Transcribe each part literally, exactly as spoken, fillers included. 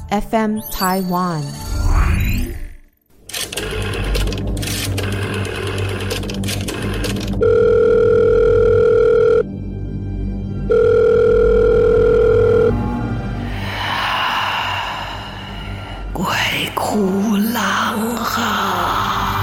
F M Taiwan。 鬼哭狼嚎。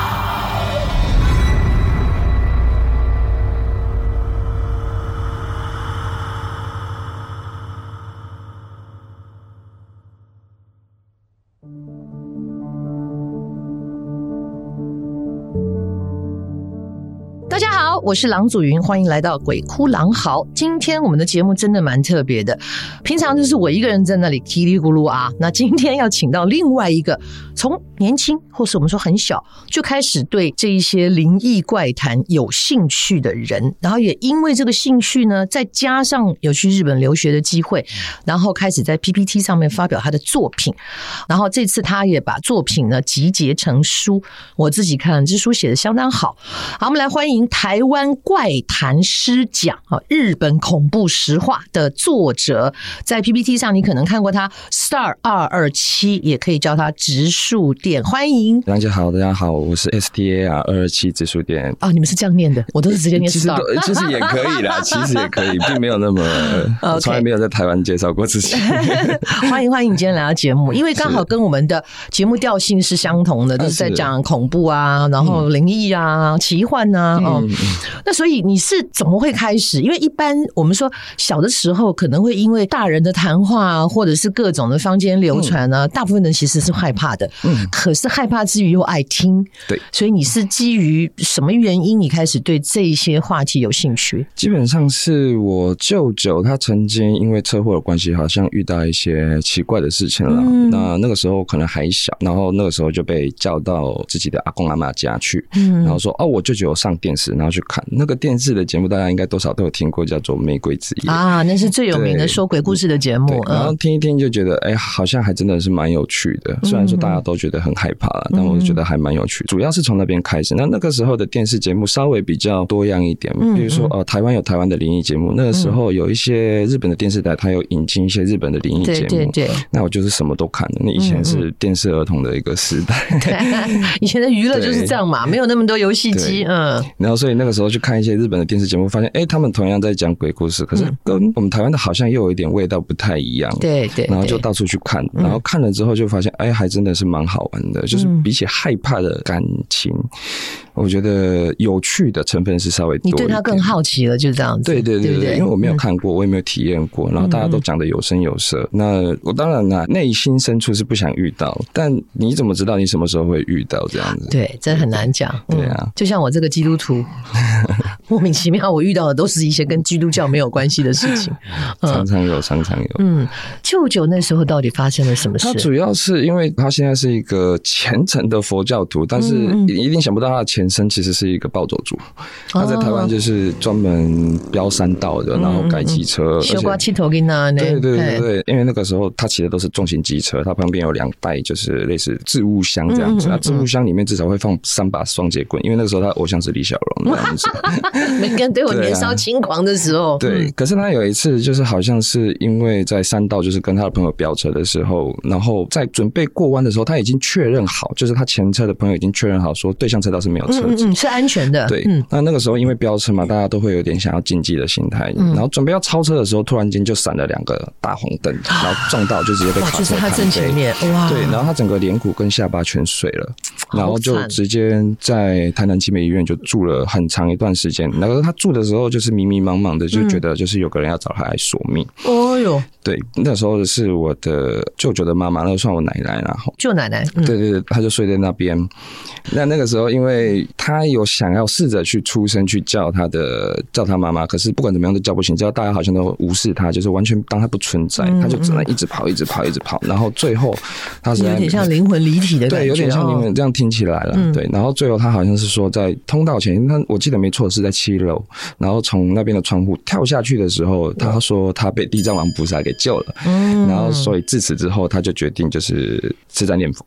大家好，我是郎祖云，欢迎来到鬼哭狼嚎。今天我们的节目真的蛮特别的，平常就是我一个人在那里叽里咕噜啊，那今天要请到另外一个从年轻或是我们说很小就开始对这一些灵异怪谈有兴趣的人，然后也因为这个兴趣呢，再加上有去日本留学的机会，然后开始在 P P T 上面发表他的作品，然后这次他也把作品呢集结成书，我自己看这书写得相当好。好，我们来欢迎台湾怪谈师奖日本恐怖实话的作者，在 P P T 上你可能看过他 Star 二二七，也可以叫他植树店，欢迎。 大家好，大家好，我是 S T A R 二二七植树店。 啊，你们是这样念的，我都是直接念 Star。 其实其实也可以啦，其实也可以，并没有那么，我从来没有在台湾介绍过自己。 欢迎欢迎，你今天来到节目，因为刚好跟我们的节目调性是相同的，都是在讲恐怖啊，然后灵异啊、奇幻啊。哦，那所以你是怎么会开始？因为一般我们说小的时候可能会因为大人的谈话啊，或者是各种的坊间流传啊，嗯、大部分人其实是害怕的。嗯，可是害怕之余又爱听。 对， 所以你是基于什么原因你开始对这些话题有兴趣？ 基本上是我舅舅他曾经因为车祸的关系，好像遇到一些奇怪的事情了。嗯、那那个时候可能还小，然后那个时候就被叫到自己的阿公阿嬷家去，嗯、然后说哦，我舅舅有上电视。然后去看那个电视的节目，大家应该多少都有听过，叫做《玫瑰之夜》 啊，那是最有名的说鬼故事的节目。 然后听一听就觉得，哎，好像还真的是蛮有趣的。虽然说大家都觉得很害怕，嗯、但我觉得还蛮有趣的。主要是从那边开始。那那个时候的电视节目稍微比较多样一点，比如说呃，台湾有台湾的灵异节目，那个时候有一些日本的电视台，它有引进一些日本的灵异节目。对对对。那我就是什么都看的。那以前是电视儿童的一个时代。对， 以前的娱乐就是这样嘛，没有那么多游戏机。嗯。 然后所以那个时候去看一些日本的电视节目，发现哎，他们同样在讲鬼故事，可是跟我们台湾的好像又有一点味道不太一样。 对 对, 对。 然后就到处去看，然后看了之后就发现，哎，还真的是蛮好玩的。就是比起害怕的感情，我觉得有趣的成分是稍微多一点。 你对他更好奇了，就这样子。 对对 对, 对, 对, 对，因为我没有看过，我也没有体验过，然后大家都讲的有声有色。那我当然啦，内心深处是不想遇到，但你怎么知道你什么时候会遇到这样子？ 对，这很难讲。 对啊， 嗯、就像我这个基督徒。莫名其妙，我遇到的都是一些跟基督教没有关系的事情， 嗯、常常有，常常有。 嗯，舅舅那时候到底发生了什么事？ 他主要是因为他现在是一个虔诚的佛教徒，但是一定想不到他的前身其实是一个暴走族。嗯、他在台湾就是专门飙山道的，嗯、然后改机车， 修刮七头跟那。 对对对对，因为那个时候他骑的都是重型机车，他旁边有两袋就是类似置物箱这样子，那、嗯嗯嗯、置物箱里面至少会放三把双节棍，因为那个时候他偶像是李小龙这样子。 每个人对我年少轻狂的时候， 对,、啊对嗯，可是他有一次就是好像是因为在山道就是跟他的朋友飙车的时候，然后在准备过弯的时候，他已经确认好，就是他前车的朋友已经确认好说对向车道是没有车子， 嗯嗯，是安全的。 对，嗯、那那个时候因为飙车嘛，大家都会有点想要竞技的心态，嗯、然后准备要超车的时候，突然间就闪了两个大红灯，然后撞到就直接被卡车就是他正前面，哇， 对，然后他整个脸骨跟下巴全碎了，然后就直接在台南奇美医院就住了很长一段时间。那个他住的时候就是迷迷茫茫的，就觉得就是有个人要找他来索命。 哦哟， 对，那时候是我的舅舅的妈妈，那算我奶奶啦。 舅奶奶，嗯、 对对对，他就睡在那边。那那个时候，因为他有想要试着去出声去叫他的叫他妈妈，可是不管怎么样都叫不醒，叫大家好像都无视他，就是完全当他不存在，嗯、他就只能一直跑，一直跑，一直跑。然后最后他是有点像灵魂离体的感觉， 对，有点像灵魂，这样听起来了。嗯、对，然后最后他好像是说在通道前，他我记得没错是在七楼，然后从那边的窗户跳下去的时候，他说他被地藏王菩萨给救了。嗯，然后所以自此之后，他就决定就是吃斋念佛。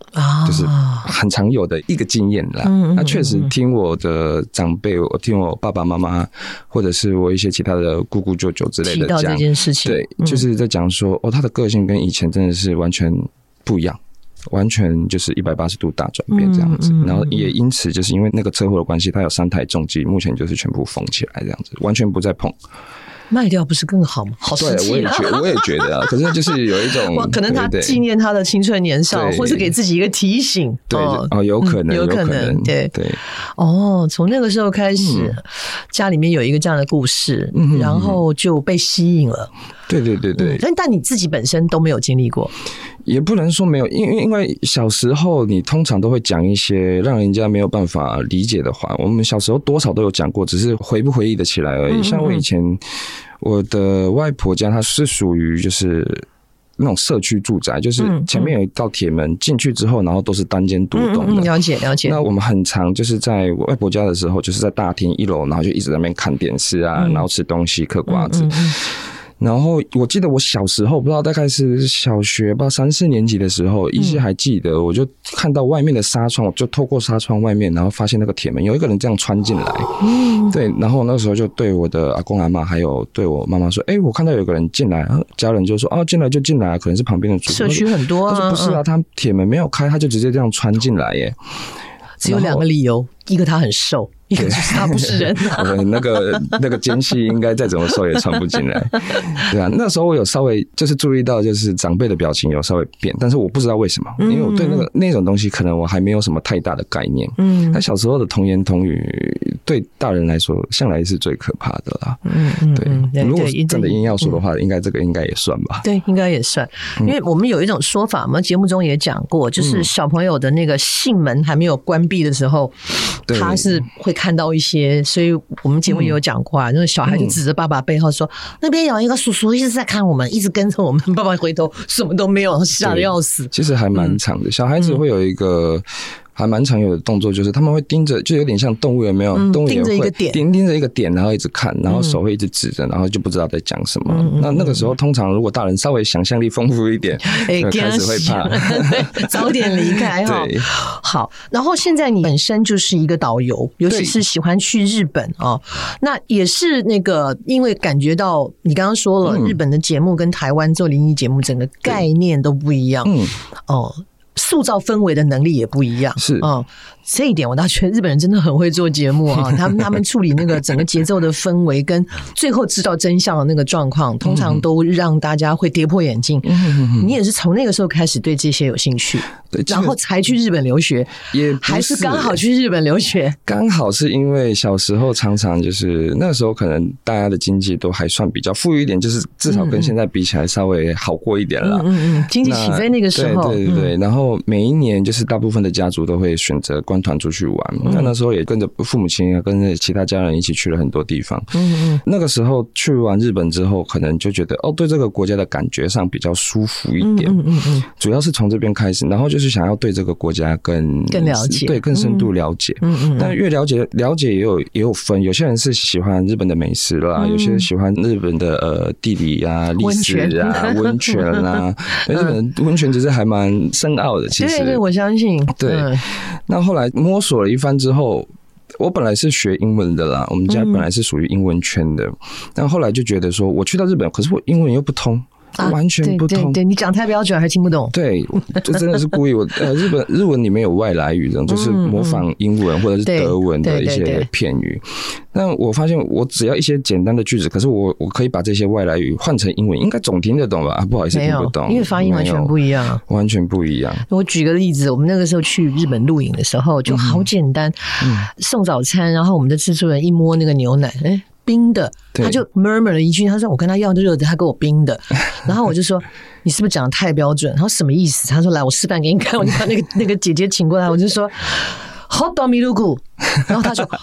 啊，就是很常有的一个经验啦。嗯嗯嗯嗯，那确实听我的长辈，我听我爸爸妈妈，或者是我一些其他的姑姑舅舅之类的讲提到这件事情， 对，就是在讲说，哦，他的个性跟以前真的是完全不一样。完全就是一百八十度大转变这样子，嗯嗯嗯，然后也因此就是因为那个车祸的关系，他有三台重机，目前就是全部封起来这样子，完全不再碰。 卖掉不是更好吗？好实际， 对，我也觉得，我也觉得啊。可是就是有一种， 可能他纪念他的青春年少，或是给自己一个提醒。 对，哦，哦有可能， 有可能，对对。哦，从那个时候开始，嗯，家里面有一个这样的故事，嗯，然后就被吸引了。 对对对对， 但、嗯、但你自己本身都没有经历过， 也不能说没有，因为因为小时候你通常都会讲一些让人家没有办法理解的话。我们小时候多少都有讲过，只是回不回忆得起来而已。嗯嗯嗯，像我以前，我的外婆家，她是属于就是那种社区住宅，就是前面有一道铁门，进去之后，然后都是单间独栋的。 嗯嗯，了解了解。 那我们很常就是在我外婆家的时候，就是在大厅一楼，然后就一直在那边看电视啊，嗯，然后吃东西、嗑瓜子。嗯嗯嗯，然后我记得我小时候不知道大概是小学吧三四年级的时候，依稀还记得，我就看到外面的纱窗，我就透过纱窗外面，然后发现那个铁门有一个人这样穿进来，嗯，对，然后那时候就对我的阿公阿嬷还有对我妈妈说，哎，我看到有个人进来，家人就说哦，进来就进来，可能是旁边的住户， 社区很多啊， 他说不是啊，他铁门没有开，他就直接这样穿进来耶。 只有两个理由，一个他很瘦，一个就是他不是人、啊。 那个那个间隙应该再怎么瘦也穿不进来，对啊。那时候我有稍微就是注意到，就是长辈的表情有稍微变，但是我不知道为什么，因为我对那个那种东西可能我还没有什么太大的概念。嗯，但小时候的童言童语对大人来说向来是最可怕的啦。嗯嗯，对。如果真的硬要说的话，应该这个应该也算吧。 对，应该也算，因为我们有一种说法，我们节目中也讲过，就是小朋友的那个性门还没有关闭的时候，他是会看到一些，所以我们节目也有讲过啊，那个小孩就指着爸爸背后说，那边有一个叔叔一直在看我们，一直跟着我们，爸爸回头什么都没有，吓得要死。 其实还蛮长的，小孩子会有一个还蛮常有的动作，就是他们会盯着，就有点像动物，有没有？嗯、动物也会盯盯着一个点，然后一直看，然后手会一直指着，然后就不知道在讲什么。嗯、那那个时候，通常如果大人稍微想象力丰富一点，欸、开始会怕， 早点离开哈。好，然后现在你本身就是一个导游，尤其是喜欢去日本哦。那也是那个，因为感觉到你刚刚说了，嗯、日本的节目跟台湾做灵异节目，整个概念都不一样。嗯，哦。塑造氛围的能力也不一样， 是嗯，这一点我倒觉得日本人真的很会做节目啊，他们他们处理那个整个节奏的氛围跟最后知道真相的那个状况，通常都让大家会跌破眼镜。嗯、你也是从那个时候开始对这些有兴趣，对，然后才去日本留学，也还是刚好去日本留学？ 刚好是因为小时候常常就是那时候可能大家的经济都还算比较富裕一点，就是至少跟现在比起来稍微好过一点了。嗯嗯嗯， 经济起飞那个时候， 对对对，嗯、然后。每一年就是大部分的家族都会选择观团出去玩，那、嗯、那时候也跟着父母亲啊，跟着其他家人一起去了很多地方。嗯嗯，那个时候去完日本之后，可能就觉得哦，对这个国家的感觉上比较舒服一点。嗯嗯嗯，主要是从这边开始，然后就是想要对这个国家更更了解， 对更深度了解。嗯嗯，但越了解了解也有也有分，有些人是喜欢日本的美食啦，嗯、有些人喜欢日本的呃地理啊、历史啊、温泉啊。日本的温泉其实还蛮深奥的。 对对，我相信。 对，嗯、那后来摸索了一番之后，我本来是学英文的啦，我们家本来是属于英文圈的，嗯、但后来就觉得说，我去到日本，可是我英文又不通。啊、完全不通， 对对对，你讲太标准还听不懂。 对，这真的是故意。我呃，日本日文里面有外来语，这种就是模仿英文或者是德文的一些片语。但我发现，我只要一些简单的句子，可是我我可以把这些外来语换成英文，应该总听得懂吧？啊，不好意思，听不懂， 因为发音完全不一样， 完全不一样。 我举个例子，我们那个时候去日本露营的时候，就好简单，嗯、送早餐，然后我们的制作人一摸那个牛奶，哎。冰的，他就 murmur 了一句，他说我跟他要热的，他给我冰的，然后我就说你是不是讲得太标准？他说什么意思？他说来我示范给你看，我就把那个那个姐姐请过来，我就说 hot dog miluku， 然后他说哦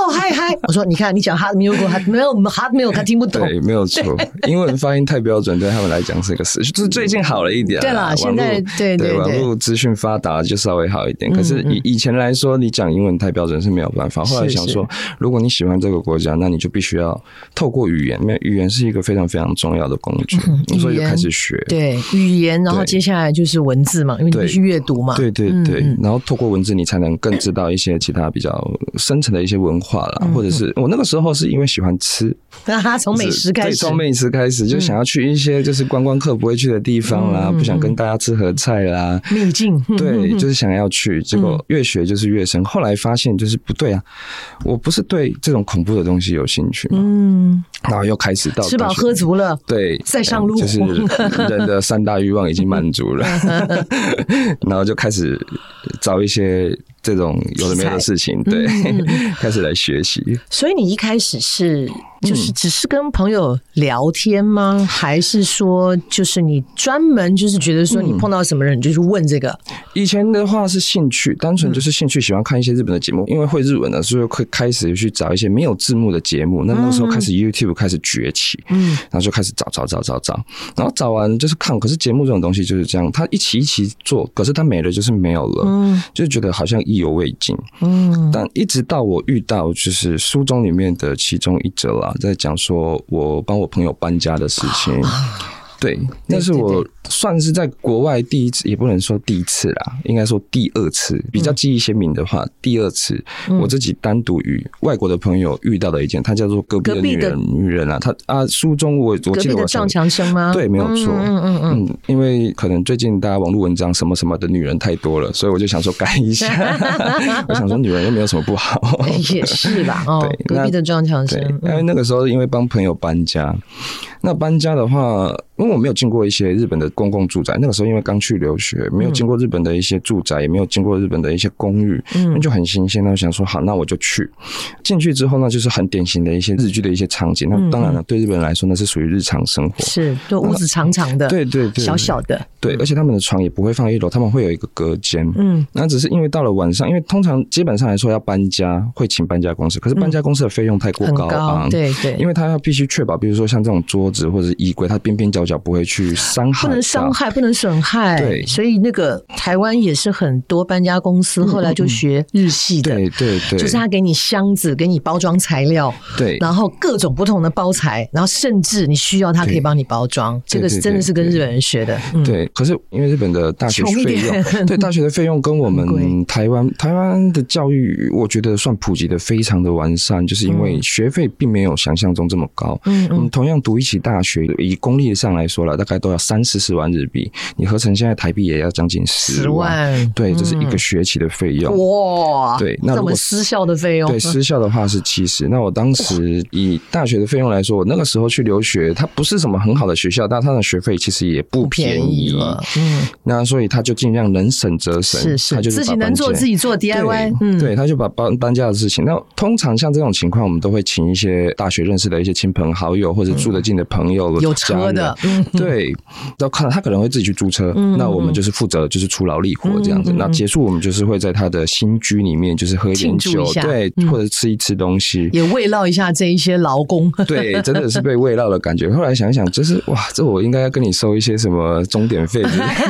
哦，嗨嗨，我说你看你讲 hot milk， 没有 hot milk， 他听不懂。 对，没有错，英文发音太标准，对他们来讲是个事。就是最近好了一点， 对啦，现在对对对网络资讯发达就稍微好一点。可是以以前来说，你讲英文太标准是没有办法。后来想说，如果你喜欢这个国家，那你就必须要透过语言，因为语言是一个非常非常重要的工具，嗯、所以就开始学。 对语言，然后接下来就是文字嘛，因为你必须阅读嘛。 对对对，嗯、然后透过文字，你才能更知道一些其他比较深层的一些文化啦，嗯、或者是我那个时候是因为喜欢吃， 那他从美食开始， 从美食开始就想要去一些就是观光客不会去的地方啦，嗯、不想跟大家吃合菜啦， 秘境， 对，就是想要去，结果越学就是越深。后来发现就是不对啊，我不是对这种恐怖的东西有兴趣嘛，嗯，然后又开始到吃饱喝足了， 对， 再上路， 就是人的三大欲望已经满足了，然后就开始找一些这种有的没有的事情，对，嗯嗯开始来学习。 所以你一开始是就是只是跟朋友聊天吗？嗯、还是说就是你专门就是觉得说你碰到什么人你就去问这个？ 嗯、以前的话是兴趣，单纯就是兴趣，喜欢看一些日本的节目，因为会日文的，所以会开始去找一些没有字幕的节目。那那个时候开始 YouTube 开始崛起，嗯，然后就开始找找找找找，然后找完就是看。可是节目这种东西就是这样，它一期一期做，可是它没了就是没有了，嗯，就觉得好像意犹未尽，嗯。但一直到我遇到就是书中里面的其中一则啦，在讲说我帮我朋友搬家的事情。对，那是我算是在国外第一次，也不能说第一次啦，应该说第二次，比较记忆鲜明的话，嗯、第二次我自己单独与外国的朋友遇到的一件，她叫做隔壁的女人，女人啊，她啊，书中我我记得我隔壁的撞墙声吗？ 对，没有错，嗯嗯嗯嗯，因为可能最近大家网络文章什么什么的女人太多了，所以我就想说改一下，我想说女人又没有什么不好， 也是啦，哦，隔壁的撞墙声， 对，因为那个时候因为帮朋友搬家，那搬家的话。因为我没有进过一些日本的公共住宅，那个时候因为刚去留学，没有经过日本的一些住宅，也没有经过日本的一些公寓，嗯，就很新鲜。那我想说，好，那我就去。进去之后呢，就是很典型的一些日剧的一些场景。那当然了，对日本人来说，那是属于日常生活， 是，就屋子长长的， 对对对， 小小的， 对，而且他们的床也不会放一楼，他们会有一个隔间。嗯，那只是因为到了晚上，因为通常基本上来说要搬家会请搬家公司，可是搬家公司的费用太过高昂， 对对， 因为他要必须确保，比如说像这种桌子或者是衣柜，它边边角角不会去。伤害不能伤害，不能损害， 对， 所以那个台湾也是很多搬家公司后来就学日系的， 对对对， 就是他给你箱子，给你包装材料， 对， 然后各种不同的包材，然后甚至你需要他可以帮你包装，这个真的是跟日本人学的， 对。对，可是因为日本的大学费用，对大学的费用跟我们台湾台湾的教育，我觉得算普及的非常的完善，就是因为学费并没有想象中这么高。嗯嗯，同样读一起大学，以公立上来说了，大概都要三四十万日币，你合成现在台币也要将近十万，对，这是一个学期的费用。 哇， 对，那如果私校的费用， 对，私校的话是七十。那我当时以大学的费用来说，我那个时候去留学，它不是什么很好的学校，但它的学费其实也不便宜了。嗯，那所以他就尽量能省则省， 是是， 他就是自己能做自己做 D I Y， 对，嗯，对，他就把搬搬家的事情。那通常像这种情况，我们都会请一些大学认识的一些亲朋好友，或者住得近的朋友， 嗯、有车的， 嗯，对。要看他可能会自己去租车，嗯、那我们就是负责就是出劳力活这样子。嗯、那结束我们就是会在他的新居里面就是喝一点酒，对，嗯、或者吃一吃东西， 也慰劳一下这一些劳工。 对，真的是被慰劳的感觉。后来想一想，就是哇，这我应该要跟你收一些什么钟点费。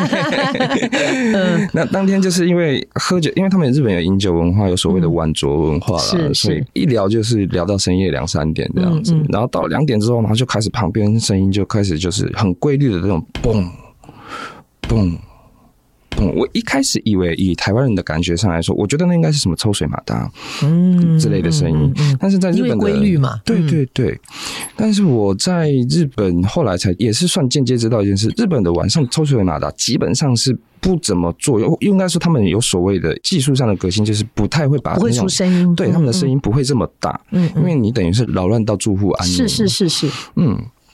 嗯、那当天就是因为喝酒，因为他们日本有饮酒文化，有所谓的晚酌文化啦，嗯、所以一聊就是聊到深夜两三点这样子。嗯嗯、然后到两点之后，然后就开始旁边声音就开始就是很规律的这种嘣嘣嘣。我一开始以为以台湾人的感觉上来说，我觉得那应该是什么抽水马达嗯之类的声音，嗯嗯嗯、但是在日本的因为规律嘛， 对对对。嗯、但是我在日本后来才也是算间接知道一件事，日本的晚上抽水马达基本上是不怎么做，应该说他们有所谓的技术上的革新，就是不太会把不会出声音， 对，他们的声音不会这么大，嗯，因为你等于是扰乱到住户安宁， 是是是是， 嗯。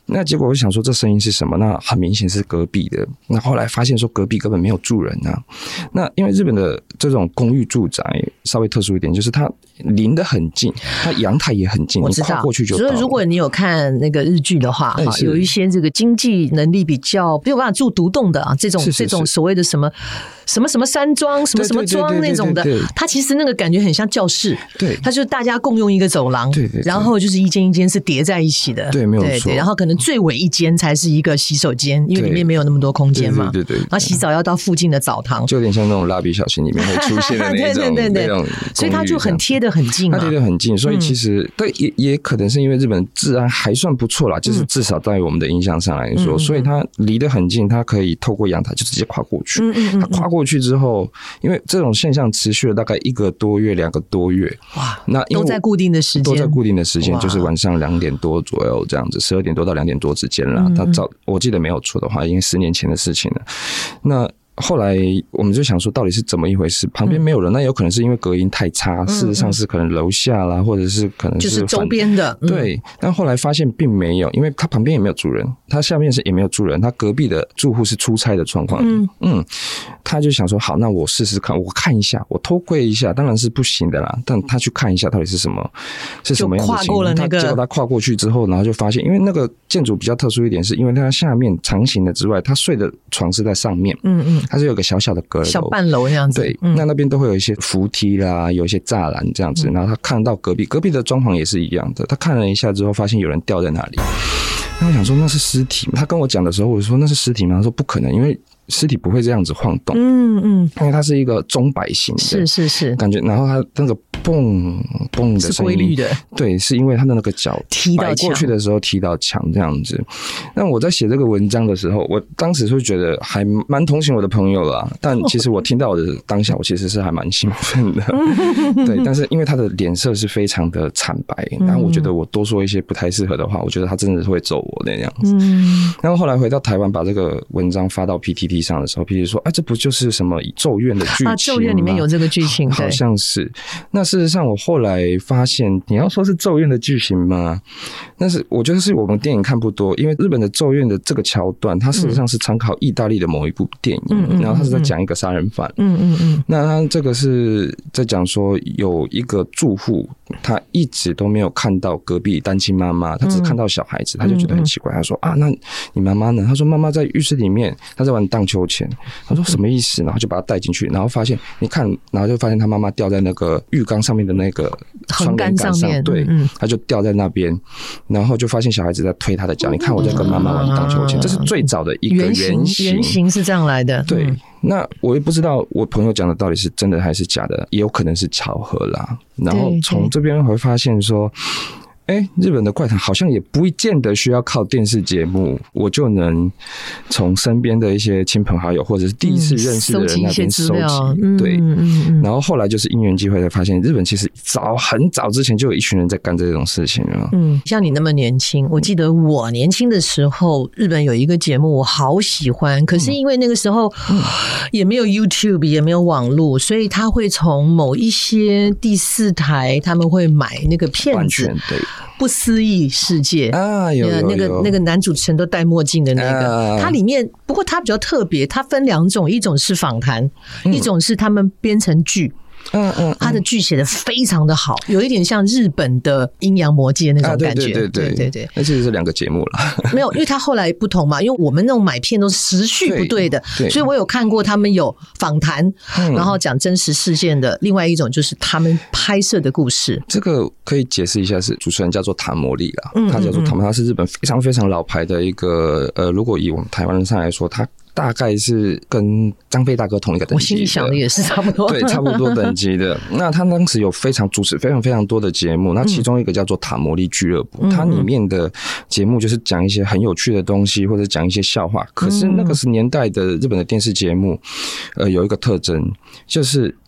那结果我想说这声音是什么？那很明显是隔壁的。那后来发现说隔壁根本没有住人啊。那因为日本的这种公寓住宅稍微特殊一点，就是它邻得很近，它阳台也很近， 我知道， 你跨过去就到了。 所以如果你有看那个日剧的话，哈，有一些这个经济能力比较没有办法住独栋的啊，这种是是是这种所谓的什么什么什么山庄、什么什么庄那种的，它其实那个感觉很像教室，对，它就是大家共用一个走廊，对对，然后就是一间一间是叠在一起的， 对，没有错。 然后可能最尾一间才是一个洗手间，因为里面没有那么多空间嘛，对对对。然后洗澡要到附近的澡堂， 就有点像那种蜡笔小新里面会出现的那种，对对对对， 所以它就很贴得很近嘛， 它贴得很近，所以其实对也也可能是因为日本治安还算不错啦，就是至少在我们的印象上来说，所以它离得很近，它可以透过阳台就直接跨过去。它跨过去之后，因为这种现象持续了大概一个多月、两个多月，哇，那都在固定的时间， 都在固定的时间，就是晚上两点多左右这样子，十二点多到两点多之间啦。它早我记得没有错的话，已经十年前的事情了。那后来我们就想说到底是怎么一回事，旁边没有人，那有可能是因为隔音太差，事实上是可能楼下啦，或者是可能是就是周边的， 对。但后来发现并没有，因为他旁边也没有住人，他下面是也没有住人，他隔壁的住户是出差的状况，嗯嗯，他就想说好，那我试试看，我看一下，我偷窥一下，当然是不行的啦，但他去看一下到底是什么是什么样的情况，他结果他跨过去之后，然后就发现，因为那个建筑比较特殊一点，是因为它下面长形的之外，他睡的床是在上面，嗯嗯。它是有个小小的阁楼， 小半楼那样子。 对，嗯、那那边都会有一些扶梯啦，有一些栅栏这样子。然后他看到隔壁，隔壁的装潢也是一样的。他看了一下之后，发现有人掉在那里。然后我想说那是尸体吗？他跟我讲的时候，我说那是尸体吗？他说不可能，因为尸体不会这样子晃动。嗯嗯，因为它是一个钟摆型的， 是是是， 感觉。然后它那个蹦蹦的声音是规律的， 对，是因为它的那个脚踢到过去的时候踢到墙这样子。那我在写这个文章的时候，我当时会觉得还蛮同情我的朋友啦，但其实我听到我的当下，我其实是还蛮兴奋的。对，但是因为他的脸色是非常的惨白，然后我觉得我多说一些不太适合的话，我觉得他真的是会揍我那样子。然后后来回到台湾，把这个文章发到 P T T 上的时候 ，P T T 说：“哎，这不就是什么咒怨的剧情吗？”啊， 咒怨里面有这个剧情， 好像是。那事实上，我后来发现，你要说是咒怨的剧情吗？但是我觉得是我们电影看不多，因为日本的咒怨的这个桥段，它事实上是参考意大利的某一部电影，嗯、然后它是在讲一个杀人犯。嗯嗯嗯。那他这个是在讲说，有一个住户，他一直都没有看到隔壁单亲妈妈，他只看到小孩子，他就觉得很奇怪。他说：“啊，那你妈妈呢？”他说：“妈妈在浴室里面，她在玩荡秋千。”他说：“什么意思？”然后就把他带进去，然后发现，你看，然后就发现他妈妈掉在那个浴缸上面的那个横杆上面， 对，他就掉在那边，然后就发现小孩子在推他的脚。你看我在跟妈妈玩荡秋千，这是最早的一个原型， 原型是这样来的。 对，那我也不知道我朋友讲的到底是真的还是假的，也有可能是巧合啦。然后从这边会发现说，哎，日本的怪谈好像也不见得需要靠电视节目，我就能从身边的一些亲朋好友或者是第一次认识的人那边收集。嗯、对、嗯嗯，然后后来就是因缘际会才发现，日本其实早很早之前就有一群人在干这种事情了。 嗯，像你那么年轻，我记得我年轻的时候，日本有一个节目我好喜欢，可是因为那个时候也没有 YouTube 也没有网络，所以他会从某一些第四台他们会买那个片子，对。不思议世界啊，有有有那个那个男主持人都戴墨镜的那个，啊、它里面不过它比较特别，它分两种，一种是访谈，嗯、一种是他们编成剧。嗯嗯，他的剧写的非常的好，有一点像日本的阴阳魔界那种感觉。啊、对对对对对对， 那其实是两个节目了。 没有，因为他后来不同嘛，因为我们那种买片都是时序不对的，对对，所以我有看过他们有访谈，嗯、然后讲真实事件的。另外一种就是他们拍摄的故事。 这个可以解释一下，是主持人叫做塔摩利啦，嗯嗯嗯，他叫做塔摩，他是日本非常非常老牌的一个呃，如果以我们台湾人上来说，他大概是跟张飞大哥同一个等级的，我心里想的也是差不多， 对，差不多等级的。那他当时有非常主持非常非常多的节目，那其中一个叫做塔摩利俱乐部，嗯、它里面的节目就是讲一些很有趣的东西，或者讲一些笑话。可是那个是年代的日本的电视节目，呃，有一个特征就是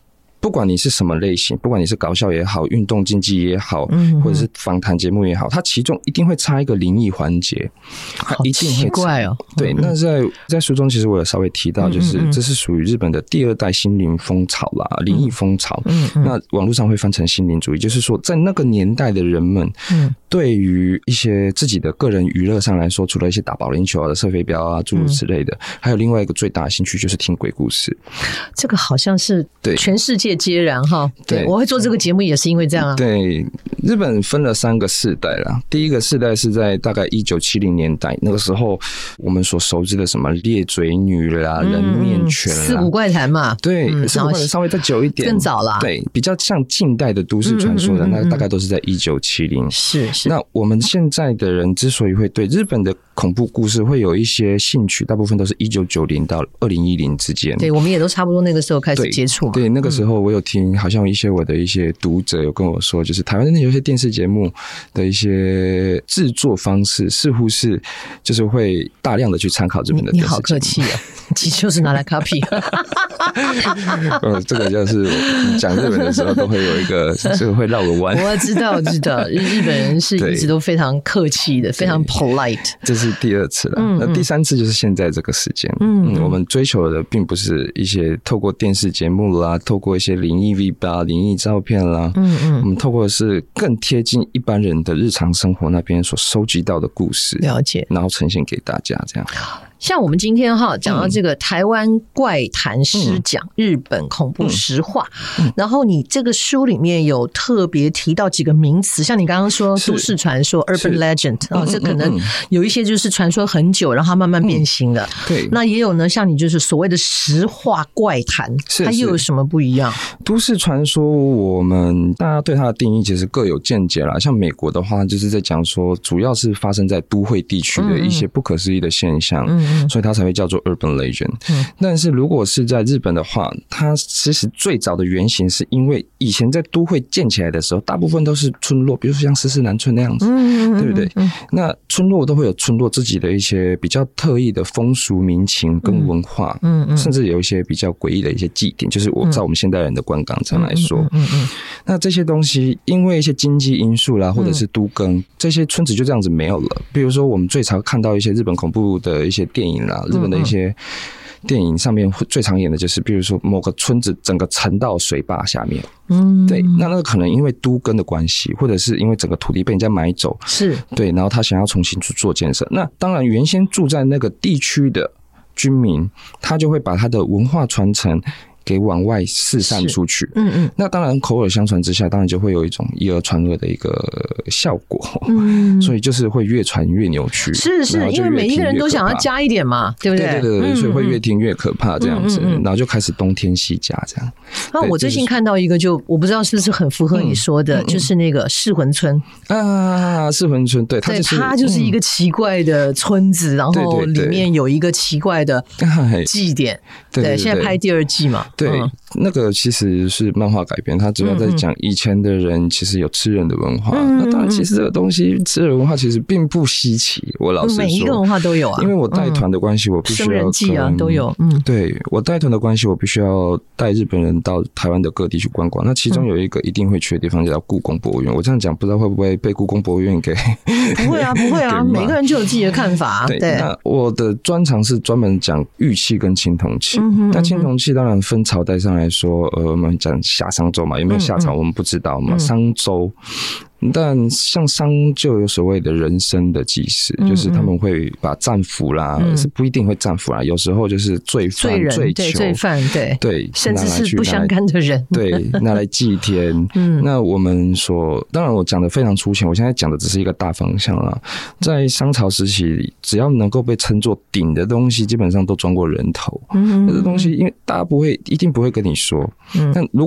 不管你是什么类型，不管你是搞笑也好，运动竞技也好，或者是访谈节目也好，它其中一定会插一个灵异环节，它一定会好奇怪哦。 对，那在在书中其实我有稍微提到，就是这是属于日本的第二代心灵风潮啦，灵异风潮。嗯嗯，那网络上会翻成心灵主义，就是说在那个年代的人们，嗯，对于一些自己的个人娱乐上来说，除了一些打保龄球啊、射飞镖啊诸如此类的，还有另外一个最大的兴趣就是听鬼故事。 这个好像是对全世界皆然哈。对，我会做这个节目也是因为这样啊。 对，日本分了三个世代啦。第一个世代是在大概一九七零年代，那个时候我们所熟知的什么裂嘴女啦、嗯、人面犬啦、 四股怪谈嘛。 对，四股怪谈稍微再久一点， 更早啦。 对，比较像近代的都市传说的，嗯嗯嗯嗯，那大概都是在一九七零。 是是。 那我们现在的人之所以会对日本的恐怖故事会有一些兴趣，大部分都是一九九零到二零一零之间。 对，我们也都差不多那个时候开始接触嘛。 对，对，那个时候我有听，好像一些我的一些读者有跟我说，就是台湾的有一些电视节目的一些制作方式，似乎是就是会大量的去参考日本的电视节目。你, 你好客气啊，其实就是拿来 copy。 呃，这个就是讲日本的时候都会有一个，这个会绕个弯。 我知道，我知道，日本人是一直都非常客气的，非常 polite。 这是第二次了，嗯嗯，那第三次就是现在这个时间。嗯, 嗯，我们追求的并不是一些透过电视节目啦，透过一些灵异 V 八、灵异照片啦，嗯嗯，我们透过的是更贴近一般人的日常生活那边所收集到的故事， 了解， 然后呈现给大家，这样。 像我们今天哈讲到这个台湾怪谈师讲日本恐怖实话，嗯嗯，然后你这个书里面有特别提到几个名词，像你刚刚说都市传说 urban legend 啊，这可能有一些就是传说很久，然后它慢慢变形了。对，那也有呢，像你就是所谓的实话怪谈，它又有什么不一样？ 都市传说，我们大家对它的定义其实各有见解啦。像美国的话，就是在讲说，主要是发生在都会地区的一些不可思议的现象。嗯嗯，所以它才会叫做 urban legend。嗯，但是如果是在日本的话，它其实最早的原型是因为以前在都会建起来的时候，大部分都是村落，比如说像四四南村那样子，嗯，对不对？嗯，那村落都会有村落自己的一些比较特异的风俗民情跟文化，嗯嗯，甚至有一些比较诡异的一些祭典，就是我在我们现代人的观感上来说，嗯嗯，那这些东西因为一些经济因素啦，或者是都更，这些村子就这样子没有了。比如说我们最常看到一些日本恐怖的一些电影啦，日本的一些电影上面最常演的就是，比如说某个村子整个沉到水坝下面，嗯，对，那那个可能因为都更的关系，或者是因为整个土地被人家买走， 是对， 然后他想要重新去做建设。那当然，原先住在那个地区的居民，他就会把他的文化传承给往外四散出去，嗯嗯，那当然口耳相传之下，当然就会有一种以讹传讹的一个效果，嗯，所以就是会越传越扭曲， 是是，因为每一个人都想要加一点嘛，对不对？ 对对对，所以会越听越可怕这样子，嗯嗯嗯，然后就开始东添西加这样。 那我最近看到一个就，就我不知道是不是很符合你说的，嗯嗯嗯，就是那个噬魂村啊，噬魂村，对，它就是， 它就是一个奇怪的村子，嗯，然后里面有一个奇怪的祭典，对， 对， 对， 对，现在拍第二季嘛。 对，嗯，那个其实是漫画改编，它主要在讲以前的人其实有吃人的文化。嗯，那当然，其实这个东西吃人文化其实并不稀奇。我老实说， 每一个文化都有啊。 因为我带团的关系，我必须要跟，生人祭啊都有。嗯，对，我带团的关系，我必须要带日本人到台湾的各地去观光。那其中有一个一定会去的地方叫故宫博物院。我这样讲，不知道会不会被故宫博物院给？ 不会啊，不会啊，每个人就有自己的看法。 对，对，那我的专长是专门讲玉器跟青铜器。嗯，那青铜器当然分朝代上来说，呃，我们讲夏商周嘛，有没有夏朝我们不知道嘛，嗯嗯，商周。但像商就有所谓的人参的祭祀，嗯嗯，就是他们会把战俘啦，嗯，是不一定会战俘啦，有时候就是罪犯、罪囚、 罪犯，对对， 甚至是不相干的人， 对，拿来祭天。嗯，那我们所当然我讲的非常粗浅，我现在讲的只是一个大方向啦。在商朝时期，只要能够被称作鼎的东西，基本上都装过人头。嗯，这东西因为大家不会一定不会跟你说，嗯，但如果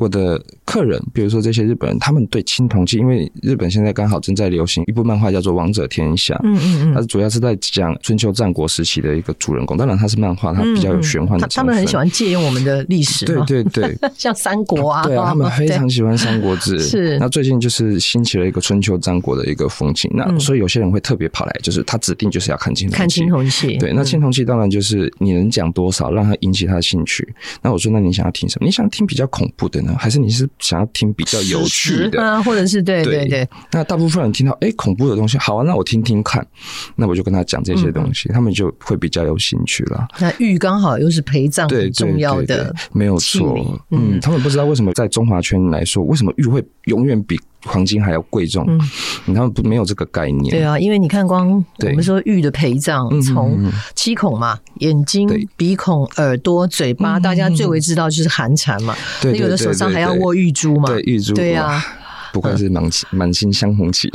我的客人，比如说这些日本人，他们对青铜器，因为日本现在刚好正在流行一部漫画叫做《王者天下》，嗯嗯嗯，它主要是在讲春秋战国时期的一个主人公，当然它是漫画，它比较有玄幻的成分、嗯嗯、他, 他们很喜欢借用我们的历史， 对对对， 像三国啊， 对啊，他们非常喜欢三国志，是。那最近就是兴起了一个春秋战国的一个风情，那所以有些人会特别跑来，就是他指定就是要看青铜器， 看青铜器， 对，那青铜器当然就是你能讲多少，让他引起他的兴趣。那我说，那你想要听什么？你想听比较恐怖的呢，还是你是想要听比较有趣的啊？或者是对对 对, 对。 那大部分人听到哎、欸、恐怖的东西，好啊，那我听听看。那我就跟他讲这些东西、嗯，他们就会比较有兴趣了。 那玉刚好又是陪葬很重要的， 对对对对，没有错。嗯，他们不知道为什么在中华圈来说，为什么玉会永远比黄金还要贵重，嗯，他们不没有这个概念。 对啊，因为你看光我们说玉的陪葬，从七孔嘛，眼睛、鼻孔、耳朵、嘴巴，大家最为知道就是寒蝉嘛。那有的手上还要握玉珠嘛， 对玉珠， 对啊。 不愧是满满心香红旗，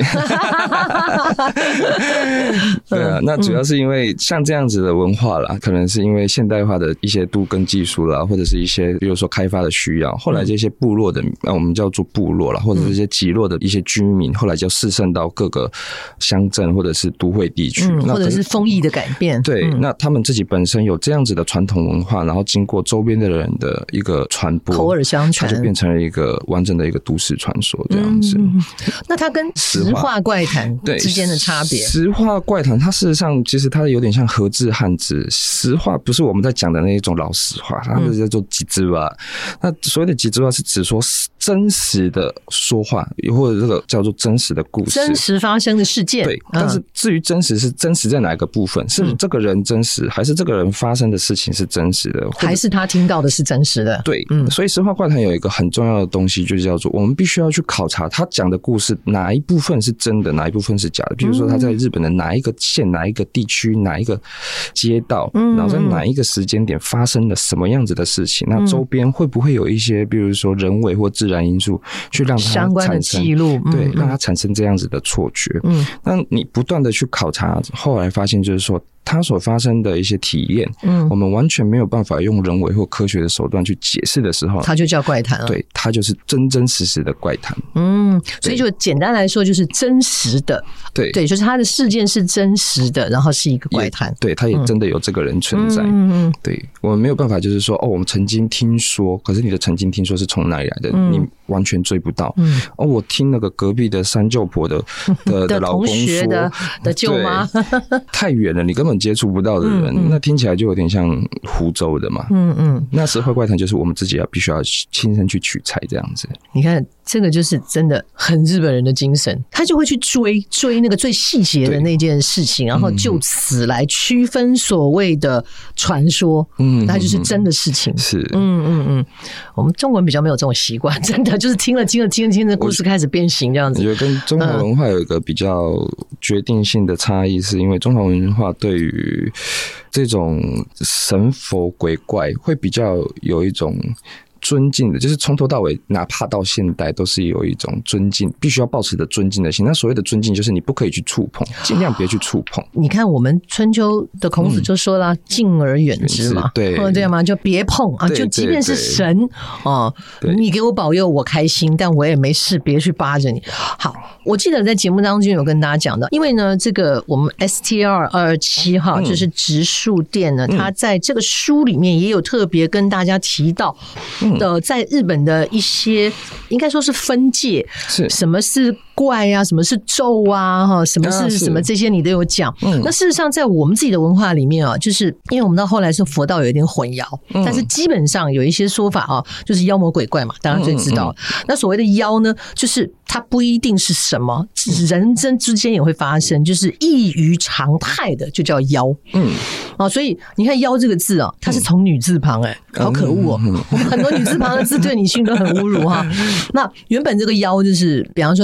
对啊，那主要是因为像这样子的文化啦，可能是因为现代化的一些都更技术啦，或者是一些比如说开发的需要，后来这些部落的，那我们叫做部落啦，或者是一些集落的一些居民，后来就四散到各个乡镇或者是都会地区， 嗯、或者是风义的改变。 对、嗯，那他们自己本身有这样子的传统文化，然后经过周边的人的一个传播， 口耳相传， 它就变成了一个完整的一个都市传说这样。 嗯，那它跟石话怪谈之间的差别？ 石话怪谈，它事实上其实它有点像和制汉字。石话不是我们在讲的那一种老实话，它是叫做吉之话。那所谓的吉之话是指说真实的说话，或者这个叫做真实的故事， 真实发生的事件。 对，但是至于真实是真实在哪一个部分，是这个人真实，还是这个人发生的事情是真实的， 还是他听到的是真实的？ 对，嗯，所以石话怪谈有一个很重要的东西，就叫做我们必须要去考察他讲的故事哪一部分是真的，哪一部分是假的。比如说他在日本的哪一个县、哪一个地区、哪一个街道，然后在哪一个时间点发生了什么样子的事情，那周边会不会有一些比如说人为或自然因素去让它相关的记录， 对，让它产生这样子的错觉。嗯，那你不断的去考察，后来发现就是说它所发生的一些体验，嗯，我们完全没有办法用人为或科学的手段去解释的时候， 它就叫怪谈了。 对，它就是真真实实的怪谈。 嗯，所以就简单来说，就是真实的。对对，就是它的事件是真实的，然后是一个怪谈。 对，它也真的有这个人存在。嗯嗯，对，我们没有办法就是说，哦，我们曾经听说，可是你的曾经听说是从哪里来的？嗯、你完全追不到。嗯，哦，我听那个隔壁的三舅婆的的的老公说的的舅妈， 太远了，你根本接触不到的人，嗯嗯，那听起来就有点像湖州的嘛。嗯嗯，那石话怪谈就是我们自己要必须要亲身去取材这样子。 你看这个就是真的很日本人的精神，他就会去追追那个最细节的那件事情，然后就此来区分所谓的传说，嗯，那就是真的事情。 是， 嗯嗯嗯，我们中国人比较没有这种习惯，真的就是听了听了听了听着，故事开始变形这样子。 我觉得跟中华文化有一个比较决定性的差异，是因为中华文化对于这种神佛鬼怪会比较有一种尊敬的，就是从头到尾，哪怕到现代，都是有一种尊敬，必须要抱持的尊敬的心。那所谓的尊敬，就是你不可以去触碰，尽量别去触碰。 你看，我们春秋的孔子就说了，嗯、敬而远之嘛， 对， 哦，对吗？就别碰啊，就即便是神哦，你给我保佑，我开心，但我也没事，别去扒着你。好，我记得在节目当中有跟大家讲的，因为呢，这个我们 S T R 二二七号就是植树店呢，它、嗯、在这个书里面也有特别跟大家提到。嗯的在日本的一些应该说是分界，是什么是怪啊，什么是咒啊，哈，什么是什么这些你都有讲。嗯、那事实上在我们自己的文化里面啊，就是因为我们到后来是佛道有一点混淆，嗯、但是基本上有一些说法啊，就是妖魔鬼怪嘛，大家最知道。嗯嗯、那所谓的妖呢，就是它不一定是什么，人真之间也会发生，就是异于常态的就叫妖。嗯，啊，所以你看妖这个字啊，它是从女字旁、欸，哎，好可恶哦、喔！我们很多女字旁的字对女性都很侮辱哈。那原本这个妖就是，比方说他说哦，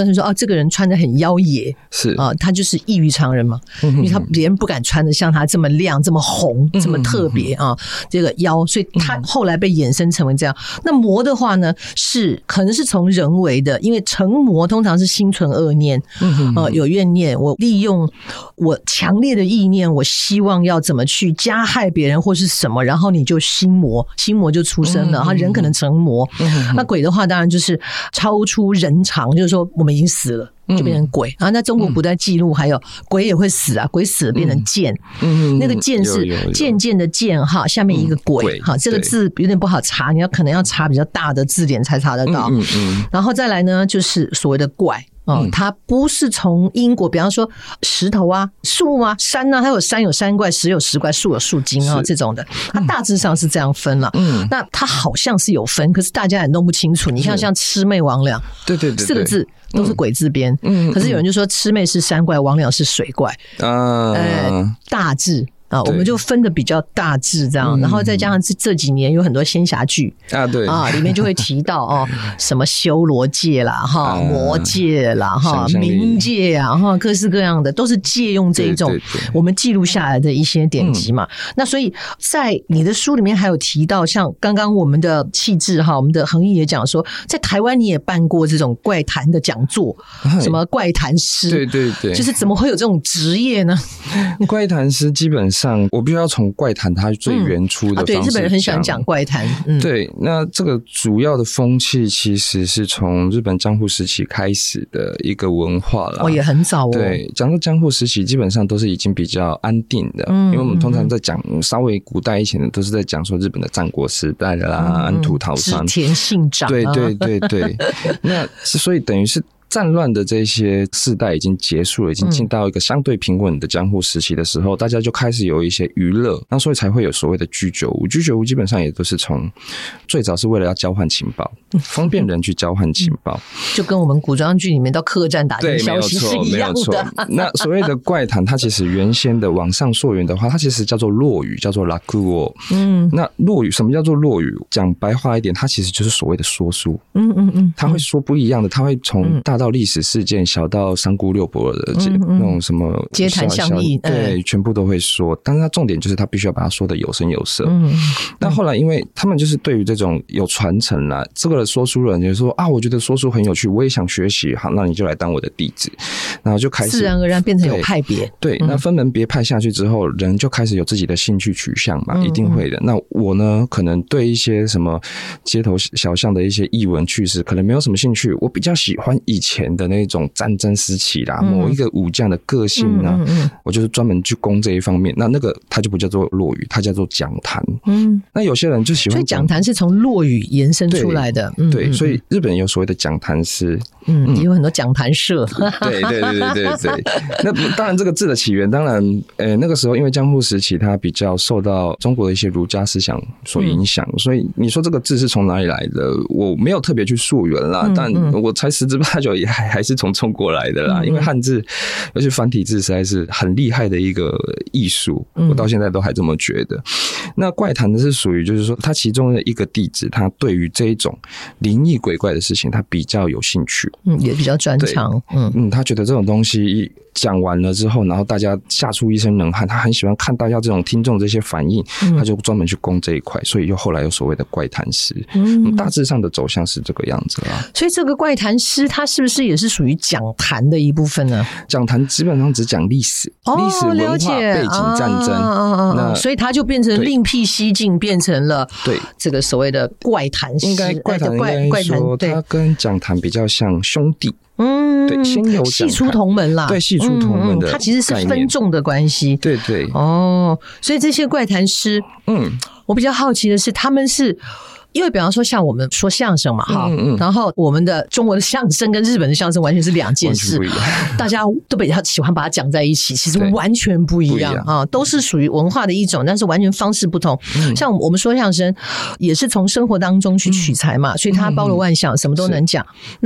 这个人穿得很妖冶， 是啊、呃，他就是异于常人嘛， 嗯、 因为他别人不敢穿得像他这么亮、这么红、这么特别啊、嗯，这个妖，所以他后来被衍生成为这样。嗯、那魔的话呢，是可能是从人为的，因为成魔通常是心存恶念，嗯呃，有怨念，我利用我强烈的意念，我希望要怎么去加害别人或是什么，然后你就心魔，心魔就出生了，他、嗯、人可能成魔。嗯、那鬼的话，当然就是超出人常，就是说我们已经死了。就变成鬼、嗯、啊！那中国古代记录还有鬼也会死啊，鬼死了变成剑，嗯，那个剑是渐渐的剑哈，下面一个鬼哈、嗯，这个字有点不好查，你要可能要查比较大的字典才查得到。嗯 嗯, 嗯，然后再来呢，就是所谓的怪。哦，它不是从因果，比方说石头啊、树啊、山啊，它有山有山怪，石有石怪，树有树精啊这种的，它大致上是这样分了。嗯，那它好像是有分，可是大家也弄不清楚。你像像魑魅魍魉，对对对，四个字都是鬼字边。嗯，可是有人就说魑魅是山怪，魍魉是水怪。啊、呃，大致。啊，我们就分的比较大致这样，然后再加上这这几年有很多仙侠剧啊，对啊，里面就会提到哦，什么修罗界啦，哈，魔界啦，哈，冥界啊，哈，各式各样的都是借用这一种我们记录下来的一些典籍嘛。那所以在你的书里面还有提到，像刚刚我们的气质哈，我们的恒毅也讲说，在台湾你也办过这种怪谈的讲座，什么怪谈师，对对对，就是怎么会有这种职业呢？ 怪谈师基本上。我必须要从怪谈它最原初的方式、嗯啊、对，日本人很喜欢讲怪谈、嗯、 对，那这个主要的风气其实是从日本江户时期开始的一个文化啦。 哦，也很早哦。 对，讲到江户时期基本上都是已经比较安定的、嗯、因为我们通常在讲稍微古代以前的都是在讲说日本的战国时代的啦、嗯、安土桃山织田信长、啊、 对对对对那所以等于是战乱的这些世代已经结束了，已经进到一个相对平稳的江户时期的时候、嗯、大家就开始有一些娱乐，那所以才会有所谓的居酒屋。居酒屋基本上也都是从最早是为了要交换情报，方便人去交换情报， 就跟我们古装剧里面到客栈打听消息是一样的。 那所谓的怪谈，它其实原先的往上溯源的话，它其实叫做落语，叫做落語。嗯，那落语什么叫做落语？讲白话一点，它其实就是所谓的说书。嗯嗯嗯，它会说不一样的，它会从大到历史事件，小到三姑六婆的那种什么街谈巷议， 对、嗯，全部都会说。但是它重点就是它必须要把它说的有声有色。嗯，那后来因为他们就是对于这种有传承啦，这个说书人就说啊，我觉得说书很有趣，我也想学习，好，那你就来当我的弟子，然后就开始自然而然变成有派别。 对，对、嗯，那分门别派下去之后，人就开始有自己的兴趣取向嘛，嗯、一定会的。那我呢，可能对一些什么街头小巷的一些艺文趣事，可能没有什么兴趣，我比较喜欢以前的那种战争时期啦，某一个武将的个性啊、嗯嗯嗯，我就是专门去攻这一方面。那那个它就不叫做落语，它叫做讲坛。嗯，那有些人就喜欢， 所以讲坛是从落语延伸出来的。 对，嗯、对，所以日本有所谓的讲坛师， 嗯，嗯有很多讲坛社。 对对对对对对。那当然，这个字的起源，当然，呃，那个时候因为江户时期它比较受到中国的一些儒家思想所影响、嗯，所以你说这个字是从哪里来的？我没有特别去溯源啦，嗯、但我猜十之八九也还还是从中国来的啦。嗯、因为汉字，尤其繁体字，实在是很厉害的一个艺术，我到现在都还这么觉得。那怪谈的是属于，就是说，他其中的一个弟子，他对于这一种灵异鬼怪的事情，他比较有兴趣， 嗯，也比较专长， 嗯嗯，他觉得这种东西讲完了之后，然后大家吓出一身冷汗，他很喜欢看大家这种听众这些反应，嗯、他就专门去攻这一块，所以又后来有所谓的怪谈师，嗯，大致上的走向是这个样子啦。 所以这个怪谈师，他是不是也是属于讲坛的一部分呢？ 讲坛基本上只讲历史、哦、历史文化背景、战争， 啊、那所以他就变成另辟蹊径，变成了对这个所谓的怪谈师。 应该怪谈应该说，他跟讲坛比较像兄弟。嗯，对，先有系出同门啦， 对，系出同门的、嗯嗯，它其实是分众的关系， 对对。 哦，所以这些怪谈师，嗯，我比较好奇的是，他们是。因为比方说像我们说相声嘛哈、嗯嗯，然后我们的中国的相声跟日本的相声完全是两件事，大家都比较喜欢把它讲在一起，其实完全不一样啊，都是属于文化的一种，但是完全方式不同。嗯、像我们说相声也是从生活当中去取材嘛，嗯、所以它包罗万象，什么都能讲。那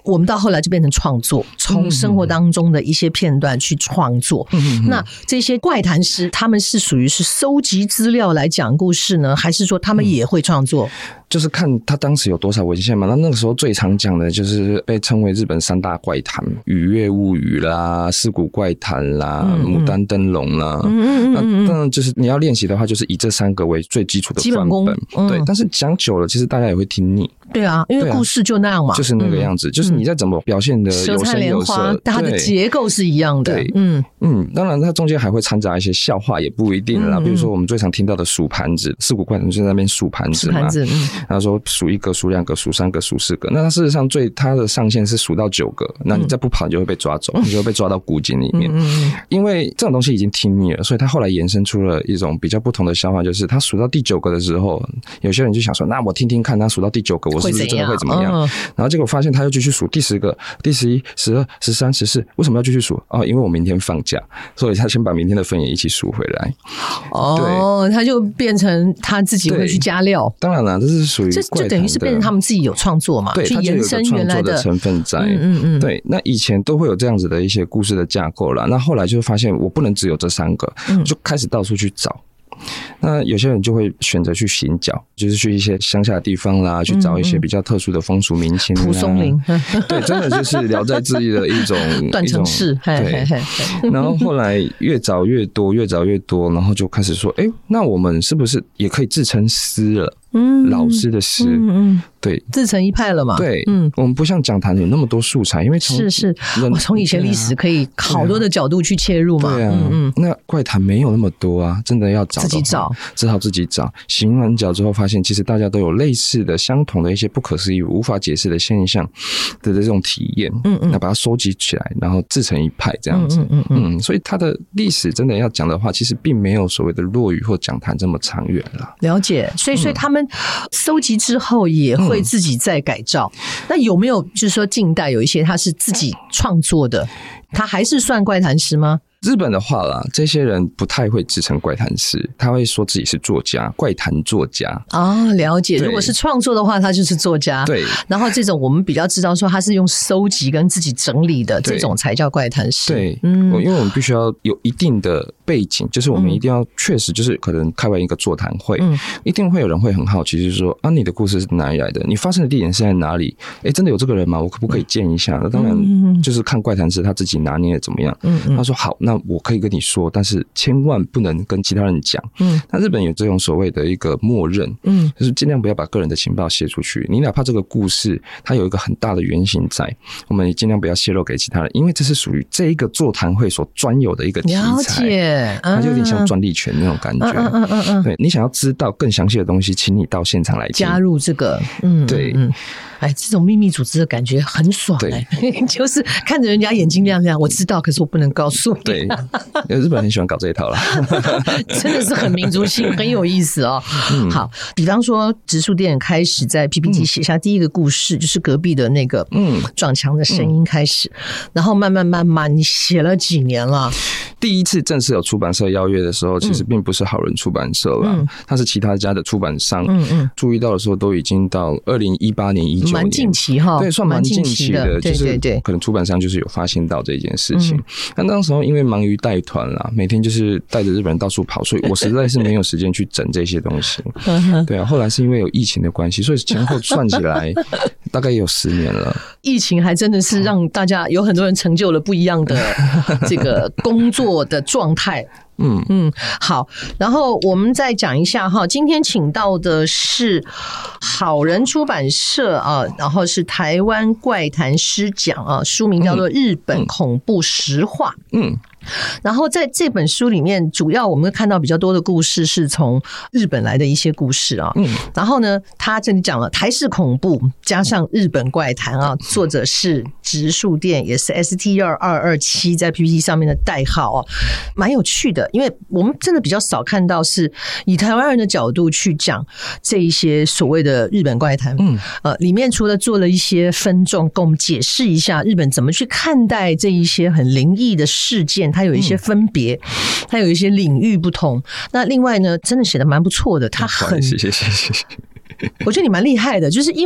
我们到后来就变成创作，从生活当中的一些片段去创作。嗯、那这些怪谈师他们是属于是收集资料来讲故事呢，还是说他们也会创作？ 就是看他当时有多少文献嘛。那那个时候最常讲的就是被称为日本三大怪谈，雨月物语啦、尸骨怪谈啦、嗯嗯牡丹灯笼啦。嗯嗯嗯那当然就是你要练习的话，就是以这三个为最基础的范本。嗯、对，但是讲久了，其实大家也会听腻。 对啊，因为故事就那样嘛， 啊、就是那个样子、嗯，就是你再怎么表现的有声有色， 它的结构是一样的。 对，嗯嗯，当然它中间还会掺杂一些笑话，也不一定啦。嗯嗯比如说我们最常听到的数盘子，尸骨怪谈就在那边数盘子嘛，数盘子，嗯，然后说数一个、数两个、数三个、数四个，那它事实上最它的上限是数到九个，那你再不跑，你就会被抓走，嗯、你就会被抓到古井里面。嗯嗯因为这种东西已经听腻了，所以他后来延伸出了一种比较不同的笑话，就是他数到第九个的时候，有些人就想说，那我听听看，他数到第九个，我是不是真的会怎么样？嗯、然后结果发现他又继续数第十个、第十一、十二、十三、十四，为什么要继续数？哦，因为我明天放假，所以他先把明天的分也一起数回来。 哦，他就变成他自己会去加料。 当然了，这是属于这就等于是变成他们自己有创作嘛， 对， 去延伸原来的成分在。 嗯嗯嗯， 对，那以前都会有这样子的一些故事的架构啦。那后来就发现我不能只有这三个，嗯、就开始到处去找。那有些人就会选择去行脚，就是去一些乡下的地方啦，去找一些比较特殊的风俗民情啦。 蒲松龄， 对，真的就是《聊斋志异》的一种断层式。 对，然后后来越找越多，越找越多，然后就开始说，哎、欸，那我们是不是也可以自称师了？嗯，老师的师，嗯嗯，对， 自成一派了嘛。 对，嗯，我们不像讲坛有那么多素材，因为是是，我从以前历史可以好多的角度去切入嘛。 对啊，嗯嗯，那怪谈没有那么多啊，真的要找自己找， 只好自己找。行完脚之后，发现其实大家都有类似的、相同的一些不可思议、无法解释的现象的这种体验。嗯嗯，那把它收集起来，然后自成一派这样子。嗯嗯 嗯, 嗯，所以它的历史真的要讲的话，其实并没有所谓的落语或讲坛这么长远了。 了解，所以所以他们。收集之后也会自己再改造、嗯、那有没有就是说近代有一些他是自己创作的，他还是算怪谈师吗？ 日本的话啦，这些人不太会自称怪谈师，他会说自己是作家，怪谈作家。哦， 了解。如果是创作的话，他就是作家。 对。 然后这种我们比较知道说他是用收集跟自己整理的，这种才叫怪谈师。 对，嗯，因为我们必须要有一定的背景，就是我们一定要确实就是可能开完一个座谈会，嗯，一定会有人会很好奇，就是说啊，你的故事是哪里来的？你发生的地点是在哪里？哎，真的有这个人吗？我可不可以见一下？那当然就是看怪谈师他自己拿捏的怎么样。嗯嗯。他说好，那我可以跟你说，但是千万不能跟其他人讲。嗯，那日本有这种所谓的一个默认，嗯，就是尽量不要把个人的情报泄出去。你哪怕这个故事它有一个很大的原型在，我们也尽量不要泄露给其他人，因为这是属于这一个座谈会所专有的一个题材。 了解， 它就有点像专利权那种感觉。嗯嗯嗯嗯，对，你想要知道更详细的东西，请你到现场来加入这个。嗯，对。嗯哎，这种秘密组织的感觉很爽哎、欸，就是看着人家眼睛亮亮，我知道，可是我不能告诉你。 对，日本人很喜欢搞这一套啦， 真的是很民族性，很有意思哦。嗯、好，比方说植树店开始在 P P T 写下第一个故事，嗯、就是隔壁的那个嗯撞墙的声音开始，嗯、然后慢慢慢慢，你写了几年了？ 第一次正式有出版社邀约的时候，其实并不是好人出版社啦，嗯、它是其他家的出版商。嗯嗯，注意到的时候都已经到二零一八年、一九年。 蛮近期哈， 对，算蛮近期的， 对对对， 可能出版商就是有发现到这件事情。那、嗯、当时候因为忙于带团啦，每天就是带着日本人到处跑，所以我实在是没有时间去整这些东西。对啊，后来是因为有疫情的关系，所以前后算起来大概也有十年了。 疫情还真的是让大家有很多人成就了不一样的这个工作的状态。嗯嗯，好，然后我们再讲一下哈，今天请到的是好人出版社啊，然后是台湾怪谈师奖啊，书名叫做《日本恐怖实话》。嗯。然后在这本书里面，主要我们会看到比较多的故事是从日本来的一些故事啊。嗯，然后呢，他这里讲了台式恐怖加上日本怪谈啊，作者是植树店，也是 S T R 二二七在 P P T 上面的代号啊，蛮有趣的，因为我们真的比较少看到是以台湾人的角度去讲这一些所谓的日本怪谈。嗯，呃，里面除了做了一些分众，跟我们解释一下日本怎么去看待这一些很灵异的事件。它有一些分别，它有一些领域不同。那另外呢，真的写得蛮不错的。它很， 谢谢谢谢谢谢。 我觉得你蛮厉害的，就是因为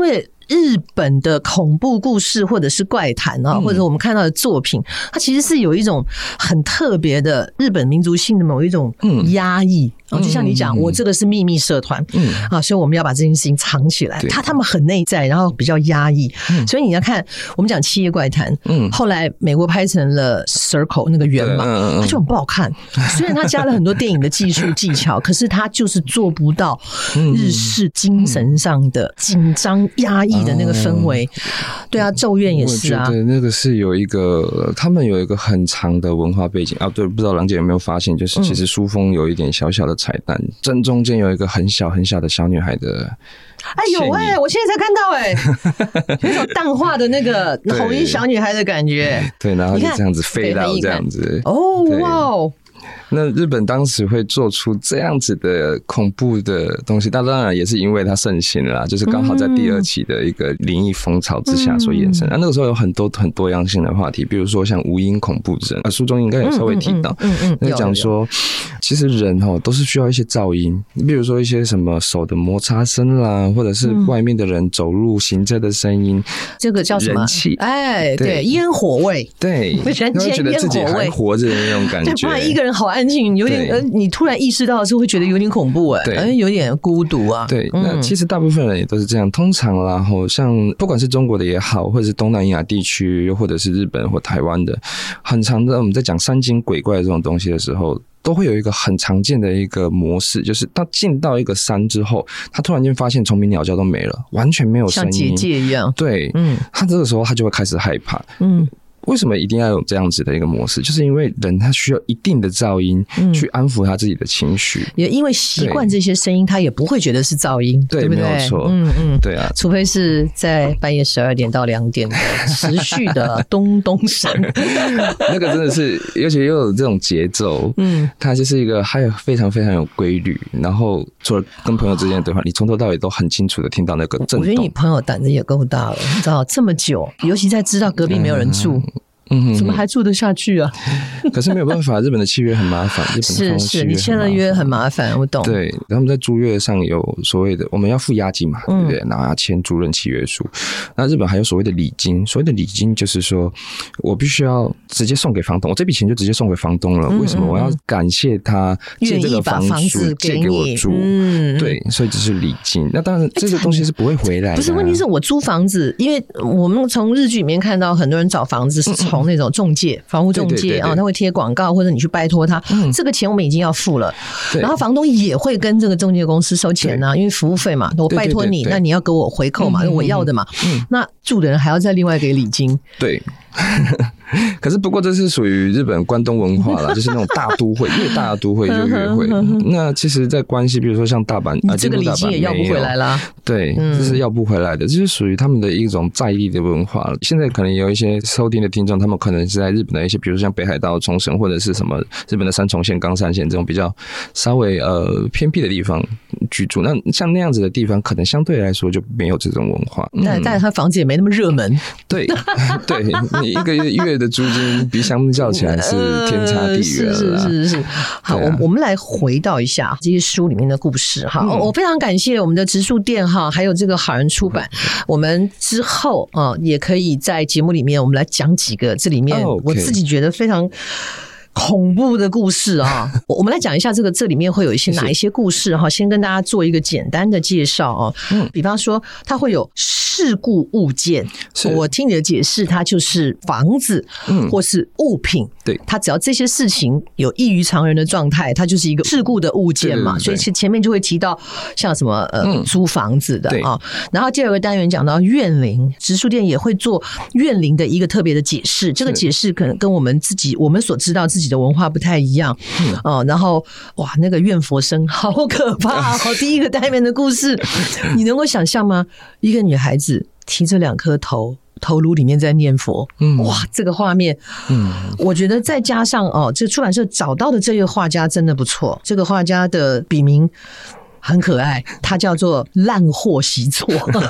日本的恐怖故事或者是怪谈啊，或者我们看到的作品，它其实是有一种很特别的日本民族性的某一种压抑。嗯、就像你讲，我这个是秘密社团，嗯啊，所以我们要把这件事情藏起来。他他们很内在，然后比较压抑，嗯、所以你要看我们讲《七夜怪谈》，嗯，后来美国拍成了 Circle 那个圆嘛，它就很不好看。虽然它加了很多电影的技术技巧，可是它就是做不到日式精神上的紧张压抑的那个氛围。对啊，咒怨也是啊。 我觉得那个是有一个，他们有一个很长的文化背景啊。对，不知道郎姐有没有发现，就是其实书封有一点小小的彩蛋，正中间有一个很小很小的小女孩的。 哎有哎、欸，我现在才看到哎、欸，有种淡化的那个红衣小女孩的感觉。 对，然后就这样子飞到这样子。 哦哇哦！ 那日本当时会做出这样子的恐怖的东西，但当然也是因为它盛行了啦，就是刚好在第二期的一个灵异风潮之下所衍生。那、嗯啊、那个时候有很多很多样性的话题，比如说像无因恐怖症啊，书中应该有稍微提到，嗯嗯，那讲说其实人哦都是需要一些噪音，比如说一些什么手的摩擦声啦，或者是外面的人走路行车的声音， 这个叫什么？ 人气， 哎，对，烟火味， 对， 人间觉得自己还活着的那种感觉， 对，不然一个人好安静，有点呃，你突然意识到的时候会觉得有点恐怖哎、欸，有点孤独啊。 对，那其实大部分人也都是这样。通常啦，吼，像不管是中国的也好，或者是东南亚地区，又或者是日本或台湾的，很常的我们在讲山精鬼怪这种东西的时候，都会有一个很常见的一个模式，就是他进到一个山之后，他突然间发现虫鸣鸟叫都没了，完全没有声音， 像结界一样。 对，嗯，他这个时候他就会开始害怕，嗯。为什么一定要有这样子的一个模式？就是因为人他需要一定的噪音去安抚他自己的情绪、嗯， 也因为习惯这些声音，他也不会觉得是噪音， 对, 对不对？ 没有错， 嗯嗯， 对啊， 除非是在半夜十二点到两点的持续的咚咚声， 那个真的是，尤其又有这种节奏，嗯，它就是一个还有非常非常有规律，然后除了跟朋友之间的对话，你从头到尾都很清楚的听到那个震动。 我觉得你朋友胆子也够大了，你知道这么久，尤其在知道隔壁没有人住。嗯嗯，怎么还住得下去啊？ 可是没有办法，日本的契约很麻烦。日本的是是，你签了约很麻烦，我懂。 对，他们在租约上有所谓的，我们要付押金嘛，对不对？然后要签租赁契约书。那日本还有所谓的礼金，所谓的礼金就是说我必须要直接送给房东，我这笔钱就直接送给房东了。为什么？我要感谢他借这个房子借给我住。嗯，对，所以这是礼金。那当然，这个东西是不会回来的、啊。 不是，问题是我租房子，因为我们从日剧里面看到很多人找房子是从那种中介、房屋中介啊，他会贴广告，或者你去拜托他、嗯，这个钱我们已经要付了，然后房东也会跟这个中介公司收钱啊，因为服务费嘛，我拜托你，那你要给我回扣嘛，因为我要的嘛，嗯、那住的人还要再另外给礼金， 对。可是不过这是属于日本关东文化啦，就是那种大都会，越大的都会就越会。那其实在关西，比如说像大阪， 你这个礼金也要不回来啦。 对，这是要不回来的，这是属于他们的一种在地的文化。现在可能有一些收听的听众，他们可能是在日本的一些，比如说像北海道、冲绳，或者是什么日本的三重县、冈山县这种比较稍微呃偏僻的地方居住。那像那样子的地方，可能相对来说就没有这种文化。 但、嗯、但他房子也没那么热门。 对对，你一个月的租金比相较起来是天差地远了、呃。是是是是。 好，我、啊、我们来回到一下这些书里面的故事哈、嗯。我非常感谢我们的植树店哈，还有这个好人出版。嗯、我们之后啊，也可以在节目里面我们来讲几个这里面我自己觉得非常恐怖的故事啊。我们来讲一下这个这里面会有一些哪一些故事哈。先跟大家做一个简单的介绍啊。嗯，比方说它会有事故物件，我听你的解释，它就是房子，嗯，或是物品， 对， 它只要这些事情有异于常人的状态，它就是一个事故的物件嘛。所以前面就会提到像什么呃、嗯、租房子的啊。然后第二个单元讲到怨灵，植树店也会做怨灵的一个特别的解释，这个解释可能跟我们自己我们所知道自己的文化不太一样，嗯哦，然后哇，那个怨佛声好可怕！好，第一个单元的故事，你能够想象吗？一个女孩子提着两颗头。头颅里面在念佛，嗯，哇，这个画面，嗯，我觉得再加上哦，这出版社找到的这个画家真的不错，这个画家的笔名很可爱，他叫做烂货习作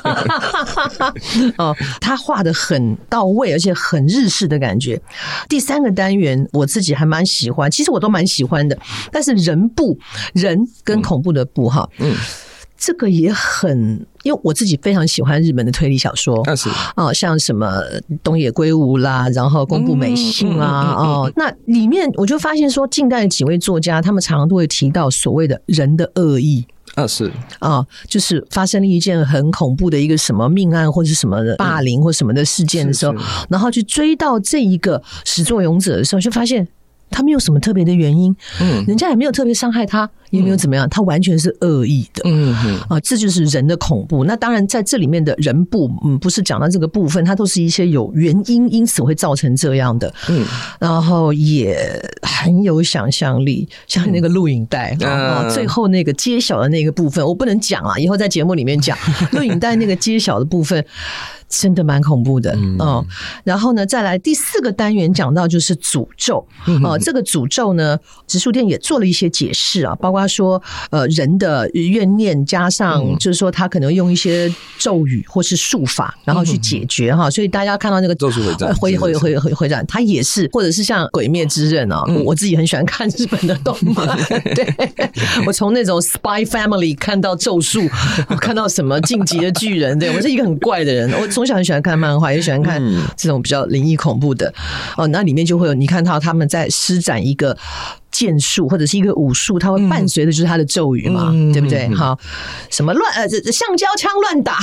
哦，他画的很到位，而且很日式的感觉。第三个单元我自己还蛮喜欢，其实我都蛮喜欢的，但是人部人跟恐怖的部哈，嗯。 这个也很，因为我自己非常喜欢日本的推理小说， 那是哦，像什么东野圭吾啦，然后宫部美幸啦，哦，那里面我就发现说，近代的几位作家，他们常常都会提到所谓的人的恶意。 啊，是啊，就是发生了一件很恐怖的一个什么命案或者什么的霸凌或什么的事件的时候，嗯、然后去追到这一个始作俑者的时候，就发现他没有什么特别的原因，嗯，人家也没有特别伤害他，也没有怎么样，他完全是恶意的，嗯嗯啊，这就是人的恐怖。那当然，在这里面的人部，嗯，不是讲到这个部分，它都是一些有原因，因此会造成这样的，嗯，然后也很有想象力，像那个录影带，嗯、啊，最后那个揭晓的那个部分，我不能讲啊，以后在节目里面讲录影带那个揭晓的部分。真的蛮恐怖的，嗯、哦，然后呢，再来第四个单元讲到就是诅咒，哦，这个诅咒呢，直树殿也做了一些解释啊，包括说，呃，人的怨念加上，就是说他可能用一些咒语或是术法，然后去解决哈，所以大家看到那个咒术回战， 回回回回回战，他也是，或者是像《鬼灭之刃》啊，嗯、我自己很喜欢看日本的动漫，对，我从那种 Spy Family 看到咒术，看到什么晋级的巨人，对我是一个很怪的人，我从小很喜欢看漫画，也喜欢看这种比较灵异恐怖的哦。那里面就会有你看到他们在施展一个剑术或者是一个武术，它会伴随的就是他的咒语嘛，嗯、对不对？好，什么乱呃橡胶枪乱打，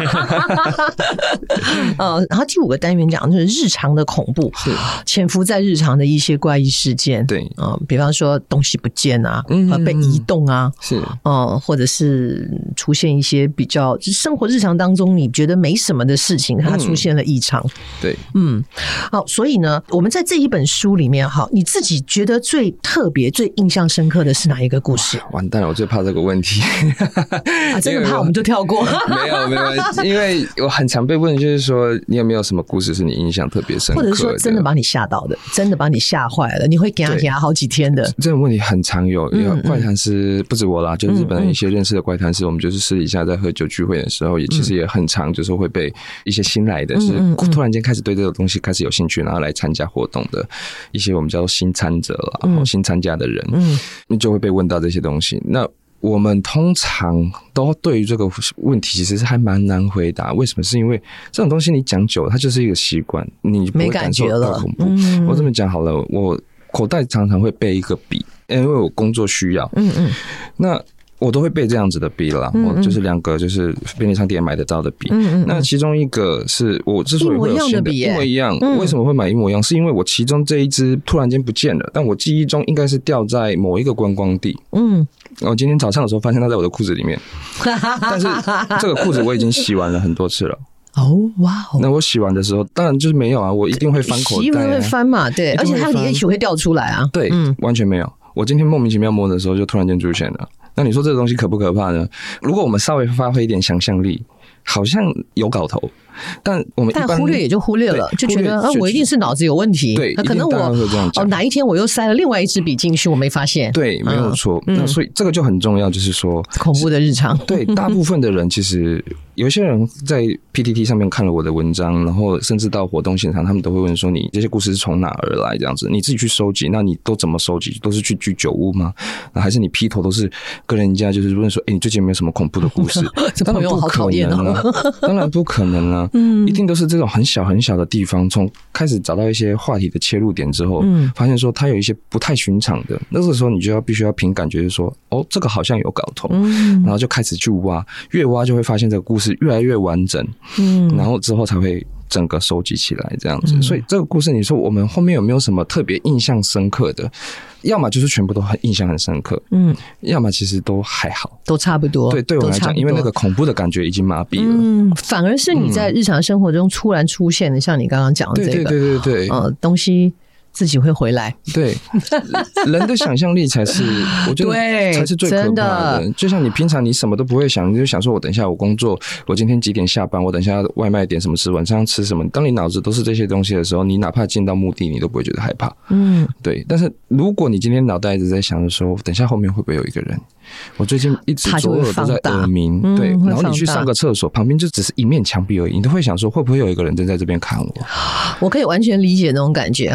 呃，然后第五个单元讲就是日常的恐怖，是潜伏在日常的一些怪异事件，对啊、呃，比方说东西不见啊，嗯、被移动啊，是哦、呃，或者是出现一些比较就是生活日常当中你觉得没什么的事情，它出现了异常，嗯、 对， 嗯，好，所以呢，我们在这一本书里面，好，你自己觉得最特别、最印象深刻的是哪一个故事？ 完蛋了，我最怕这个问题。 啊，真的怕我们就跳过。 没有没有，因为我很常被问，就是说你有没有什么故事是你印象特别深刻的， 或者说真的把你吓到的，真的把你吓坏了，你会给他给他好几天的。 这种问题很常有，有怪谈师不止我啦，就日本的一些认识的怪谈师，我们就是私底下在喝酒聚会的时候，也其实也很常，就是会被一些新来的，是突然间开始对这个东西开始有兴趣，然后来参加活动的一些我们叫做新参者啦，嗯、新参加的人，嗯，你就会被问到这些东西。那我们通常都对于这个问题其实是还蛮难回答。为什么？是因为这种东西你讲久了，它就是一个习惯，你不会感受到恐怖。嗯、我这么讲好了，我口袋常常会备一个笔，因为我工作需要。嗯嗯，那我都会备这样子的笔啦，嗯嗯，我就是两个就是便利商店买得到的笔，嗯嗯，那其中一个是我之所以会有新的一模一样，嗯、为什么会买一模一样？是因为我其中这一支突然间不见了，但我记忆中应该是掉在某一个观光地，嗯，我今天早上的时候发现它在我的裤子里面，但是这个裤子我已经洗完了很多次了。 哦，哇！ 那我洗完的时候，当然就是没有啊，我一定会翻口袋、啊，洗衣服会翻嘛，对，而且它也许会掉出来啊， 对，嗯、完全没有。我今天莫名其妙摸的时候，就突然间出现了。那你说这个东西可不可怕呢？如果我们稍微发挥一点想象力，好像有搞头。但我们一般但忽略也就忽略了，就觉得啊，我一定是脑子有问题。 对， 那可能我哦哪一天我又塞了另外一支笔进去，我没发现。 对，没有错。嗯、那所以这个就很重要，就是说恐怖的日常。 对，大部分的人其实有些人在 P T T 上面看了我的文章，然后甚至到活动现场，他们都会问说：“你这些故事是从哪而来？”这样子，你自己去收集，那你都怎么收集？都是去居酒屋吗？那还是你劈头都是跟人家就是问说：“哎、欸，你最近有没有什么恐怖的故事？” 这朋友好讨厌啊！ 当然不可能啊！嗯，一定都是这种很小很小的地方，从开始找到一些话题的切入点之后，嗯，发现说它有一些不太寻常的，那个时候你就要必须要凭感觉，就是说，哦，这个好像有搞头，嗯，然后就开始去挖，越挖就会发现这个故事越来越完整，嗯，然后之后才会整个收集起来这样子。嗯、所以这个故事，你说我们后面有没有什么特别印象深刻的？要么就是全部都很印象很深刻，嗯，要么其实都还好， 都差不多。 对，对我来讲，因为那个恐怖的感觉已经麻痹了， 嗯，反而是你在日常生活中突然出现的，嗯、像你刚刚讲的这个， 对对对对对， 呃，东西。自己会回来， 对，人的想象力才是，我觉得才是最可怕的。就像你平常你什么都不会想，你就想说，我等一下我工作，我今天几点下班，我等一下外卖点什么吃，晚上吃什么。当你脑子都是这些东西的时候，你哪怕进到墓地，你都不会觉得害怕。嗯，对。但是如果你今天脑袋一直在想的时候，等一下后面会不会有一个人？我最近一直左耳都在耳鸣，对，然后你去上个厕所，旁边就只是一面墙壁而已，你都会想说，会不会有一个人正在这边看我？ 我可以完全理解那种感觉哈，嗯、就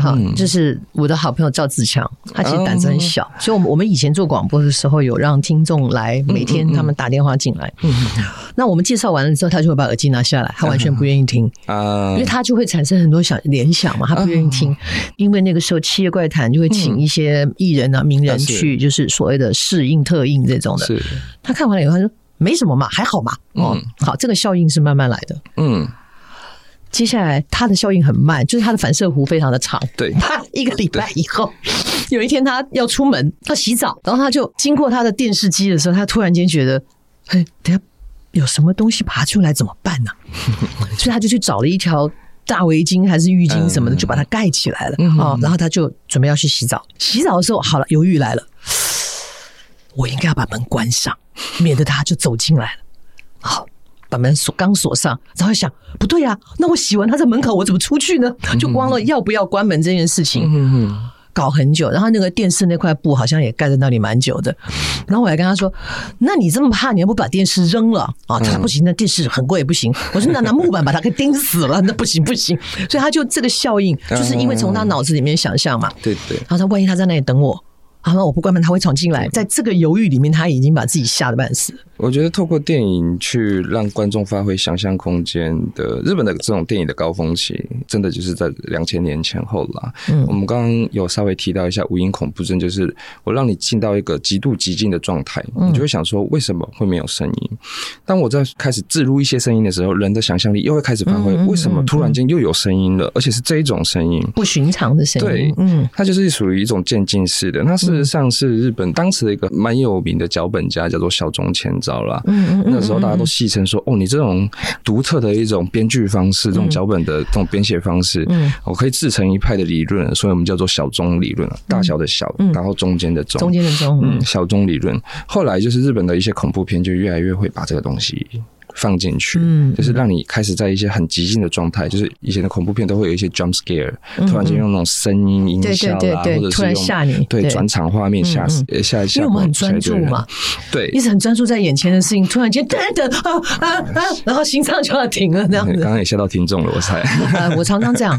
就是我的好朋友赵自强，他其实胆子很小，哦、所以我们我们以前做广播的时候，有让听众来每天他们打电话进来，嗯嗯、那我们介绍完了之后，他就会把耳机拿下来，他完全不愿意听，啊、因为他就会产生很多想联想嘛，他不愿意听，啊、因为那个时候七夜怪谈就会请一些艺人啊、名人去，就是所谓的试映特映这种的，是他看完了以后，他说没什么嘛，还好嘛，哦，嗯、好，这个效应是慢慢来的，嗯。接下来他的效应很慢，就是他的反射弧非常的长。对，他一个礼拜以后，有一天他要出门，他洗澡，然后他就经过他的电视机的时候，他突然间觉得，哎，等一下有什么东西爬出来怎么办呢、啊？所以他就去找了一条大围巾还是浴巾什么的，就把它盖起来了、嗯哦、然后他就准备要去洗澡。洗澡的时候，好了，犹豫来了，我应该要把门关上，免得他就走进来了。好。把门锁刚锁上，然后想不对啊，那我洗完他在门口，我怎么出去呢？就光了要不要关门这件事情，嗯、搞很久。然后那个电视那块布好像也盖在那里蛮久的。然后我还跟他说：“那你这么怕，你要不把电视扔了啊？”他说：“不行，那电视很贵，不行。”我说：“那拿木板把它给钉死了，那不行不行。”所以他就这个效应，就是因为从他脑子里面想象嘛。对对。然后他万一他在那里等我。啊，那我不关门，他会闯进来。在这个犹豫里面，他已经把自己吓得半死。 我觉得透过电影去让观众发挥想象空间的，日本的这种电影的高峰期，真的就是在两千年前后啦。嗯，我们刚刚有稍微提到一下无音恐怖症，就是我让你进到一个极度极静的状态，你就会想说为什么会没有声音？当我在开始置入一些声音的时候，人的想象力又会开始发挥，为什么突然间又有声音了，而且是这一种声音， 不寻常的声音。 对，嗯，它就是属于一种渐进式的。那是事实上是日本当时的一个蛮有名的脚本家，叫做小中千昭啦。嗯嗯，那时候大家都戏称说，哦，你这种独特的一种编剧方式，这种脚本的这种编写方式，嗯，我可以自成一派的理论，所以我们叫做小中理论，大小的小，嗯、然后中间的中， 中间的中， 嗯，小中理论。后来就是日本的一些恐怖片就越来越会把这个东西放进去，嗯，就是让你开始在一些很极静的状态，就是以前的恐怖片都会有一些 jump scare，嗯、突然间用那种声音音效啦，对对对对，或者是用吓你，对转场画面吓死，嗯、吓一吓， 因为我们很专注嘛， 对， 一直很专注在眼前的事情，突然间等等啊啊啊，然后心脏就要停了，这样子。 刚刚也吓到听众了，我猜。 呃，我常常这样。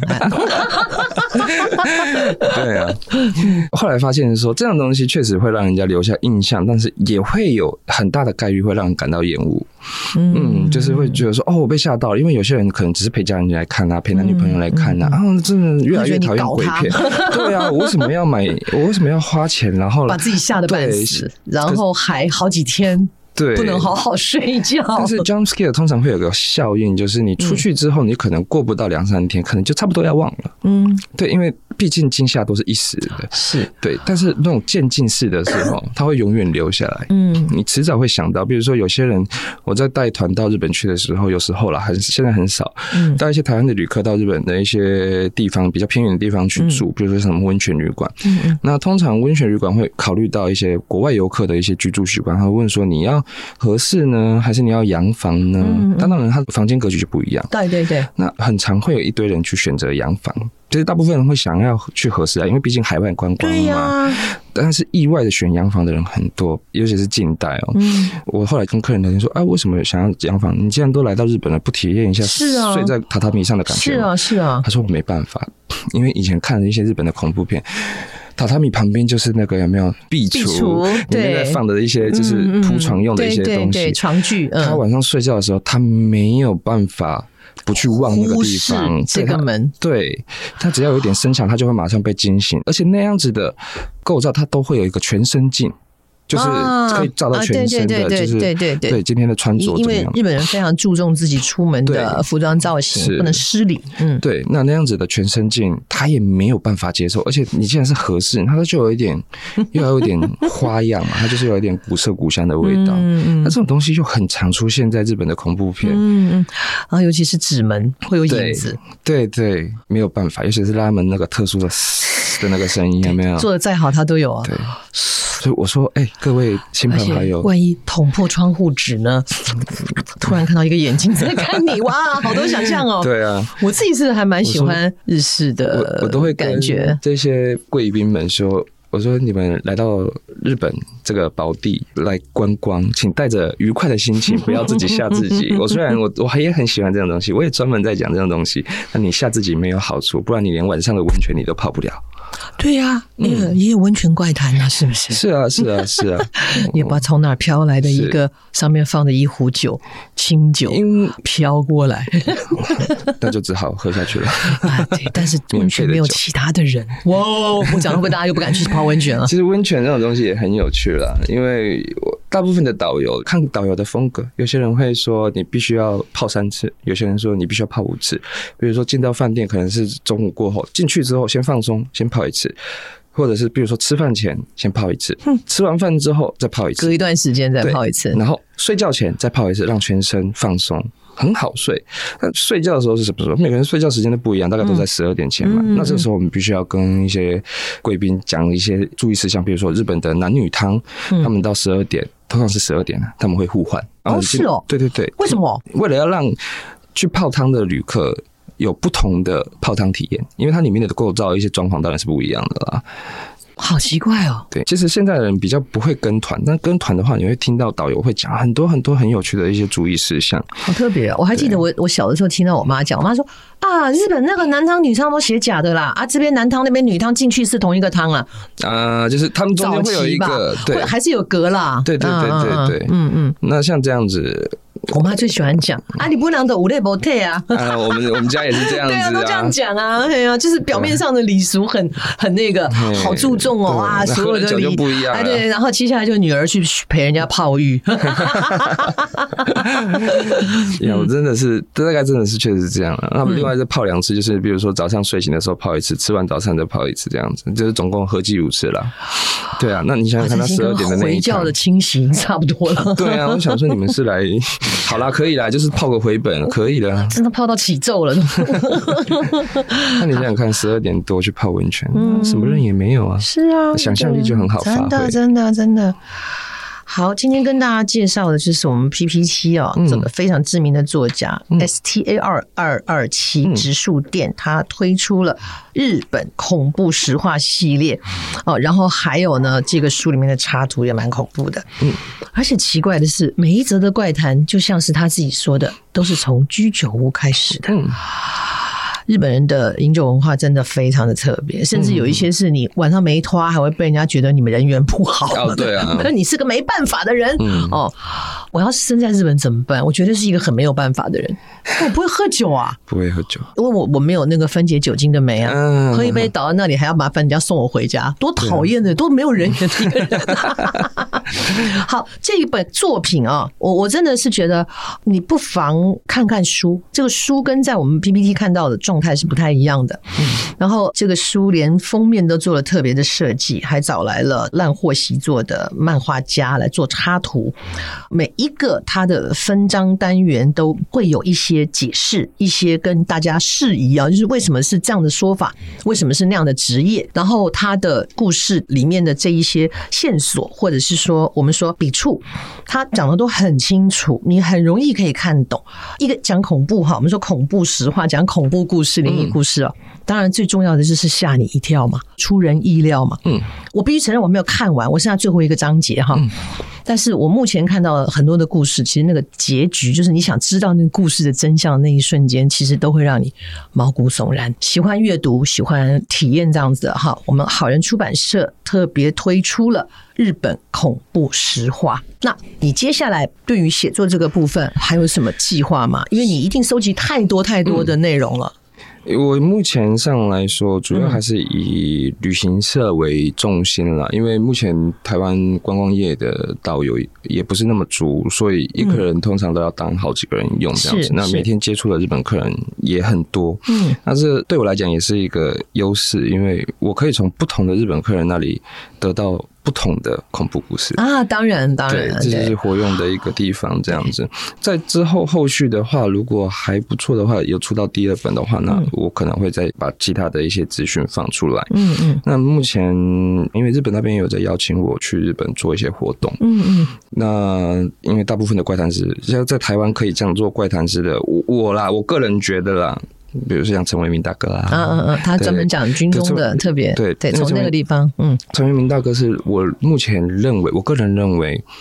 对啊，后来发现说这样的东西确实会让人家留下印象，但是也会有很大的概率会让人感到厌恶。嗯。嗯，就是会觉得说，哦，我被吓到了，因为有些人可能只是陪家人来看啊，陪男女朋友来看啊，啊、嗯，真的越来越讨厌鬼片。对啊，我为什么要买？我为什么要花钱，然后把自己吓得半死，然后还好几天。对，不能好好睡觉。 但是 jump scare 通常会有个效应，就是你出去之后，你可能过不到两三天，可能就差不多要忘了。嗯，对，因为毕竟惊吓都是一时的，是对。但是那种渐进式的时候，它会永远留下来。嗯，你迟早会想到，比如说有些人，我在带团到日本去的时候，有时候啦，还是现在很少，带一些台湾的旅客到日本的一些地方比较偏远的地方去住，比如说什么温泉旅馆。嗯，那通常温泉旅馆会考虑到一些国外游客的一些居住习惯，他会问说你要合适呢，还是你要洋房呢？嗯嗯，当然，它房间格局就不一样。对对对。那很常会有一堆人去选择洋房，就是大部分人会想要去合适啊，因为毕竟海外观光嘛。对呀。但是意外的选洋房的人很多，尤其是近代哦。嗯。我后来跟客人聊天说，啊，为什么想要洋房？你既然都来到日本了，不体验一下睡在榻榻米上的感觉？是啊，是啊。他说我没办法，因为以前看了一些日本的恐怖片。榻榻米旁边就是那个有没有壁橱，里面在放的一些就是铺床用的一些东西，嗯、对对对床具。嗯、他晚上睡觉的时候，他没有办法不去望那个地方， 这个门。 对，他只要有点声响，他就会马上被惊醒，而且那样子的构造，它都会有一个全身镜。就是可以照到全身的，就是对对对对今天的穿着怎么样？ 因为日本人非常注重自己出门的服装造型，不能失礼。嗯， 对，那那样子的全身镜，他也没有办法接受。而且你既然是合适，它就有一点又要有一点花样嘛，它就是有一点古色古香的味道。嗯嗯，那这种东西就很常出现在日本的恐怖片。嗯嗯， 然后尤其是纸门会有影子。 对 对, 对，没有办法，尤其是拉门那个特殊的的那个声音，有没有？ 做的再好，它都有啊。 对。所以我说，哎、欸，各位亲朋好友， 万一捅破窗户纸呢？突然看到一个眼睛在看你，哇，好多想象哦。 对啊， 我自己是还蛮喜欢日式的， 我我都会感觉这些贵宾们说，我说你们来到日本这个宝地来观光，请带着愉快的心情，不要自己吓自己。我虽然我我也很喜欢这种东西，我也专门在讲这种东西，那你吓自己没有好处，不然你连晚上的温泉你都泡不了。 对呀、啊，那个也有温泉怪谈啊，是不是？ 是啊，是啊，是啊。 也不知道从哪儿飘来的一个上面放的一壶酒，清酒飘过来， 那就只好喝下去了。 啊，对，但是温泉没有其他的人。哇，我讲会不会大家又不敢去泡温泉了？ 其实温泉这种东西也很有趣啦，因为大部分的导游看导游的风格，有些人会说你必须要泡三次，有些人说你必须要泡五次。比如说进到饭店可能是中午过后，进去之后先放松，先泡一次。或者是比如说吃饭前先泡一次，嗯、吃完饭之后再泡一次， 隔一段时间再泡一次， 然后睡觉前再泡一次，让全身放松，很好睡。那睡觉的时候是什么时候？每个人睡觉时间都不一样，大概都在十二点前嘛。嗯、那这个时候我们必须要跟一些贵宾讲一些注意事项，比如说日本的男女汤，嗯、他们到十二点，通常是十二点他们会互换。 哦，是哦， 对对对， 为什么？ 为了要让去泡汤的旅客有不同的泡汤体验，因为它里面的构造一些装潢当然是不一样的啦。 好奇怪哦！ 对，其实现在的人比较不会跟团，但跟团的话，你会听到导游会讲很多很多很有趣的一些注意事项。 好特别、哦！我还记得我我小的时候听到我妈讲，我妈说啊，日本那个男汤女汤都写假的啦，啊，这边男汤那边女汤进去是同一个汤啊。 啊、呃，就是他们中间会有一个对， 还是有隔啦。 对对对对对，嗯嗯。那像这样子。 我妈最喜欢讲啊，你不能的五类不退啊！ 啊，我们我们家也是这样子、啊，对啊，都这样讲啊，对啊，就是表面上的礼俗很很那个，好注重哦啊，所有的礼不一样， 哎对，然后接下来就女儿去陪人家泡浴。 呀，我真的是，大概真的是确实是这样了。那另外再泡两次，就是比如说早上睡醒的时候泡一次，吃完早餐再泡一次，这样子，就是总共合计五次啦。对啊，那你想想看，他十二点的那一回教的清洗差不多了。 对啊，我想说你们是来。好啦，可以啦，就是泡个回本，可以了。 真的泡到起皱了。 那你想想看，十二点多去泡温泉，嗯、什么人也没有啊。 是啊， 想象力就很好发挥。 真的，真的，真的。好，今天跟大家介绍的就是我们 P P T 哦，这个非常知名的作家、嗯、S T A R 二二七植树店，他推出了日本恐怖实话系列哦，然后还有呢，这个书里面的插图也蛮恐怖的，嗯，而且奇怪的是，每一则的怪谈就像是他自己说的，都是从居酒屋开始的。嗯，日本人的饮酒文化真的非常的特别，甚至有一些是你晚上没拖还会被人家觉得你们人缘不好。 哦，对啊， 你是个没办法的人。嗯、哦，我要是生在日本怎么办？我绝对是一个很没有办法的人。我不会喝酒啊， 不会喝酒， 因为我我没有那个分解酒精的酶啊。嗯、喝一杯倒在那里，还要麻烦人家送我回家，多讨厌的，多没有人缘的一个人、啊。好，这一本作品啊，我我真的是觉得你不妨看看书，这个书跟在我们 P P T 看到的状态是不太一样的。嗯、然后这个书连封面都做了特别的设计，还找来了烂货习作的漫画家来做插图，每一个它的分章单元都会有一些解释，一些跟大家释疑啊，就是为什么是这样的说法，为什么是那样的职业，然后它的故事里面的这一些线索，或者是说我们说笔触，它讲的都很清楚，你很容易可以看懂。一个讲恐怖哈，我们说恐怖实话，讲恐怖故事、灵异故事啊，当然最重要的就是吓你一跳嘛，出人意料嘛。嗯，我必须承认我没有看完，我剩下最后一个章节哈。嗯，但是我目前看到很多的故事，其实那个结局就是你想知道那个故事的真相的那一瞬间，其实都会让你毛骨悚然。喜欢阅读，喜欢体验这样子的哈，我们好人出版社特别推出了日本恐怖实话。那你接下来对于写作这个部分还有什么计划吗？因为你一定收集太多太多的内容了。 嗯，我目前上来说，主要还是以旅行社为重心啦，因为目前台湾观光业的导游也不是那么足，所以一个人通常都要当好几个人用这样子。那每天接触的日本客人也很多，嗯，那这对我来讲也是一个优势，因为我可以从不同的日本客人那里得到不同的恐怖故事啊，当然当然， 对，这就是活用的一个地方。这样子，在之后后续的话，如果还不错的话，有出到第二本的话，那我可能会再把其他的一些资讯放出来。嗯嗯。那目前因为日本那边有在邀请我去日本做一些活动，嗯嗯。那因为大部分的怪谈师，像在台湾可以这样做怪谈师的，我我啦，我个人觉得啦。比如说像陈为民大哥啊， 嗯嗯嗯，他专门讲军中的特别，对对，从那个地方，嗯， 陈为民大哥是我目前认为，我个人认为，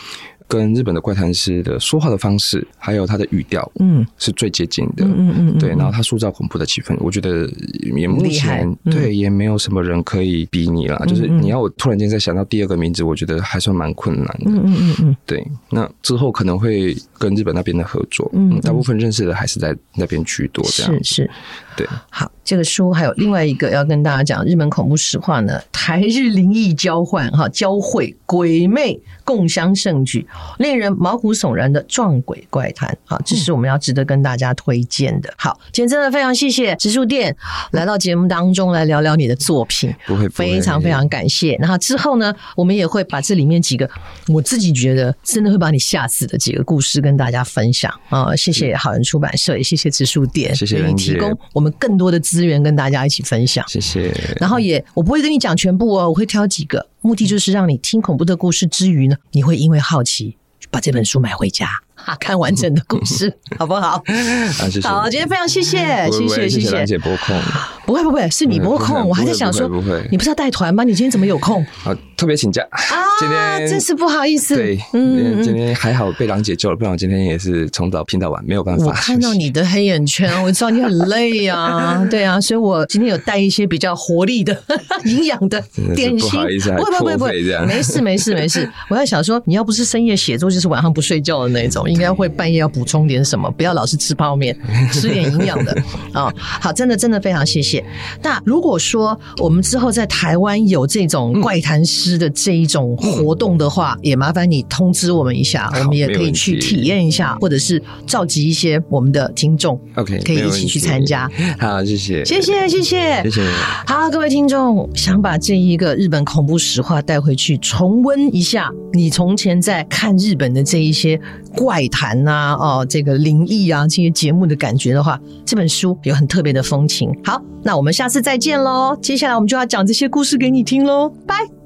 跟日本的怪谈师的说话的方式，还有他的语调，嗯，是最接近的。 嗯嗯嗯， 对，然后他塑造恐怖的气氛，我觉得也目前、嗯、对也没有什么人可以比拟啦。嗯、就是你要我突然间再想到第二个名字，我觉得还算蛮困难的。嗯嗯嗯嗯，对。那之后可能会跟日本那边的合作，嗯, 嗯，大部分认识的还是在那边居多，这样是是。 对， 好，这个书还有另外一个要跟大家讲，日本恐怖实话呢，台日灵异交换哈交汇，鬼魅共襄盛举，令人毛骨悚然的撞鬼怪谈，好，这是我们要值得跟大家推荐的。好，今天真的非常谢谢植树店来到节目当中来聊聊你的作品， 不会， 非常非常感谢。然后之后呢，我们也会把这里面几个我自己觉得真的会把你吓死的几个故事跟大家分享啊、呃！谢谢好人出版社，也谢谢植树店， 谢谢愿意提供我们更多的资源跟大家一起分享， 谢谢。 然后也我不会跟你讲全部哦，我会挑几个，目的就是让你听恐怖的故事之余呢，你会因为好奇把这本书买回家。看完整的故事好不好？ 啊，谢谢。 好，今天非常谢谢，谢谢，谢谢兰姐拨空。 不会不会，是你拨空，我还在想说， 不会， 你不是要带团吗？你今天怎么有空？ 好，特别请假啊！今天真是不好意思。 对，嗯，今天还好被郎姐救了，不然我今天也是从早拼到晚，没有办法。 我看到你的黑眼圈，我知道你很累啊，对啊，所以我今天有带一些比较活力的、营养的点心。 不好意思， 不会不会不会，没事没事没事。我在想说，你要不是深夜写作，就是晚上不睡觉的那种，应该会半夜要补充点什么，不要老是吃泡面，吃点营养的啊、哦。好，真的真的非常谢谢。那如果说我们之后在台湾有这种怪谈师的这一种活动的话，嗯、也麻烦你通知我们一下，我们也可以去体验一下，或者是召集一些我们的听众 ，OK， 可以一起去参加。 好，谢谢， 谢谢，谢谢， 谢谢。 好，各位听众，想把这一个日本恐怖实话带回去重温一下，你从前在看日本的这一些怪谈啊，哦，这个灵异啊，这些节目的感觉的话，这本书有很特别的风情。好，那我们下次再见咯，接下来我们就要讲这些故事给你听咯，拜。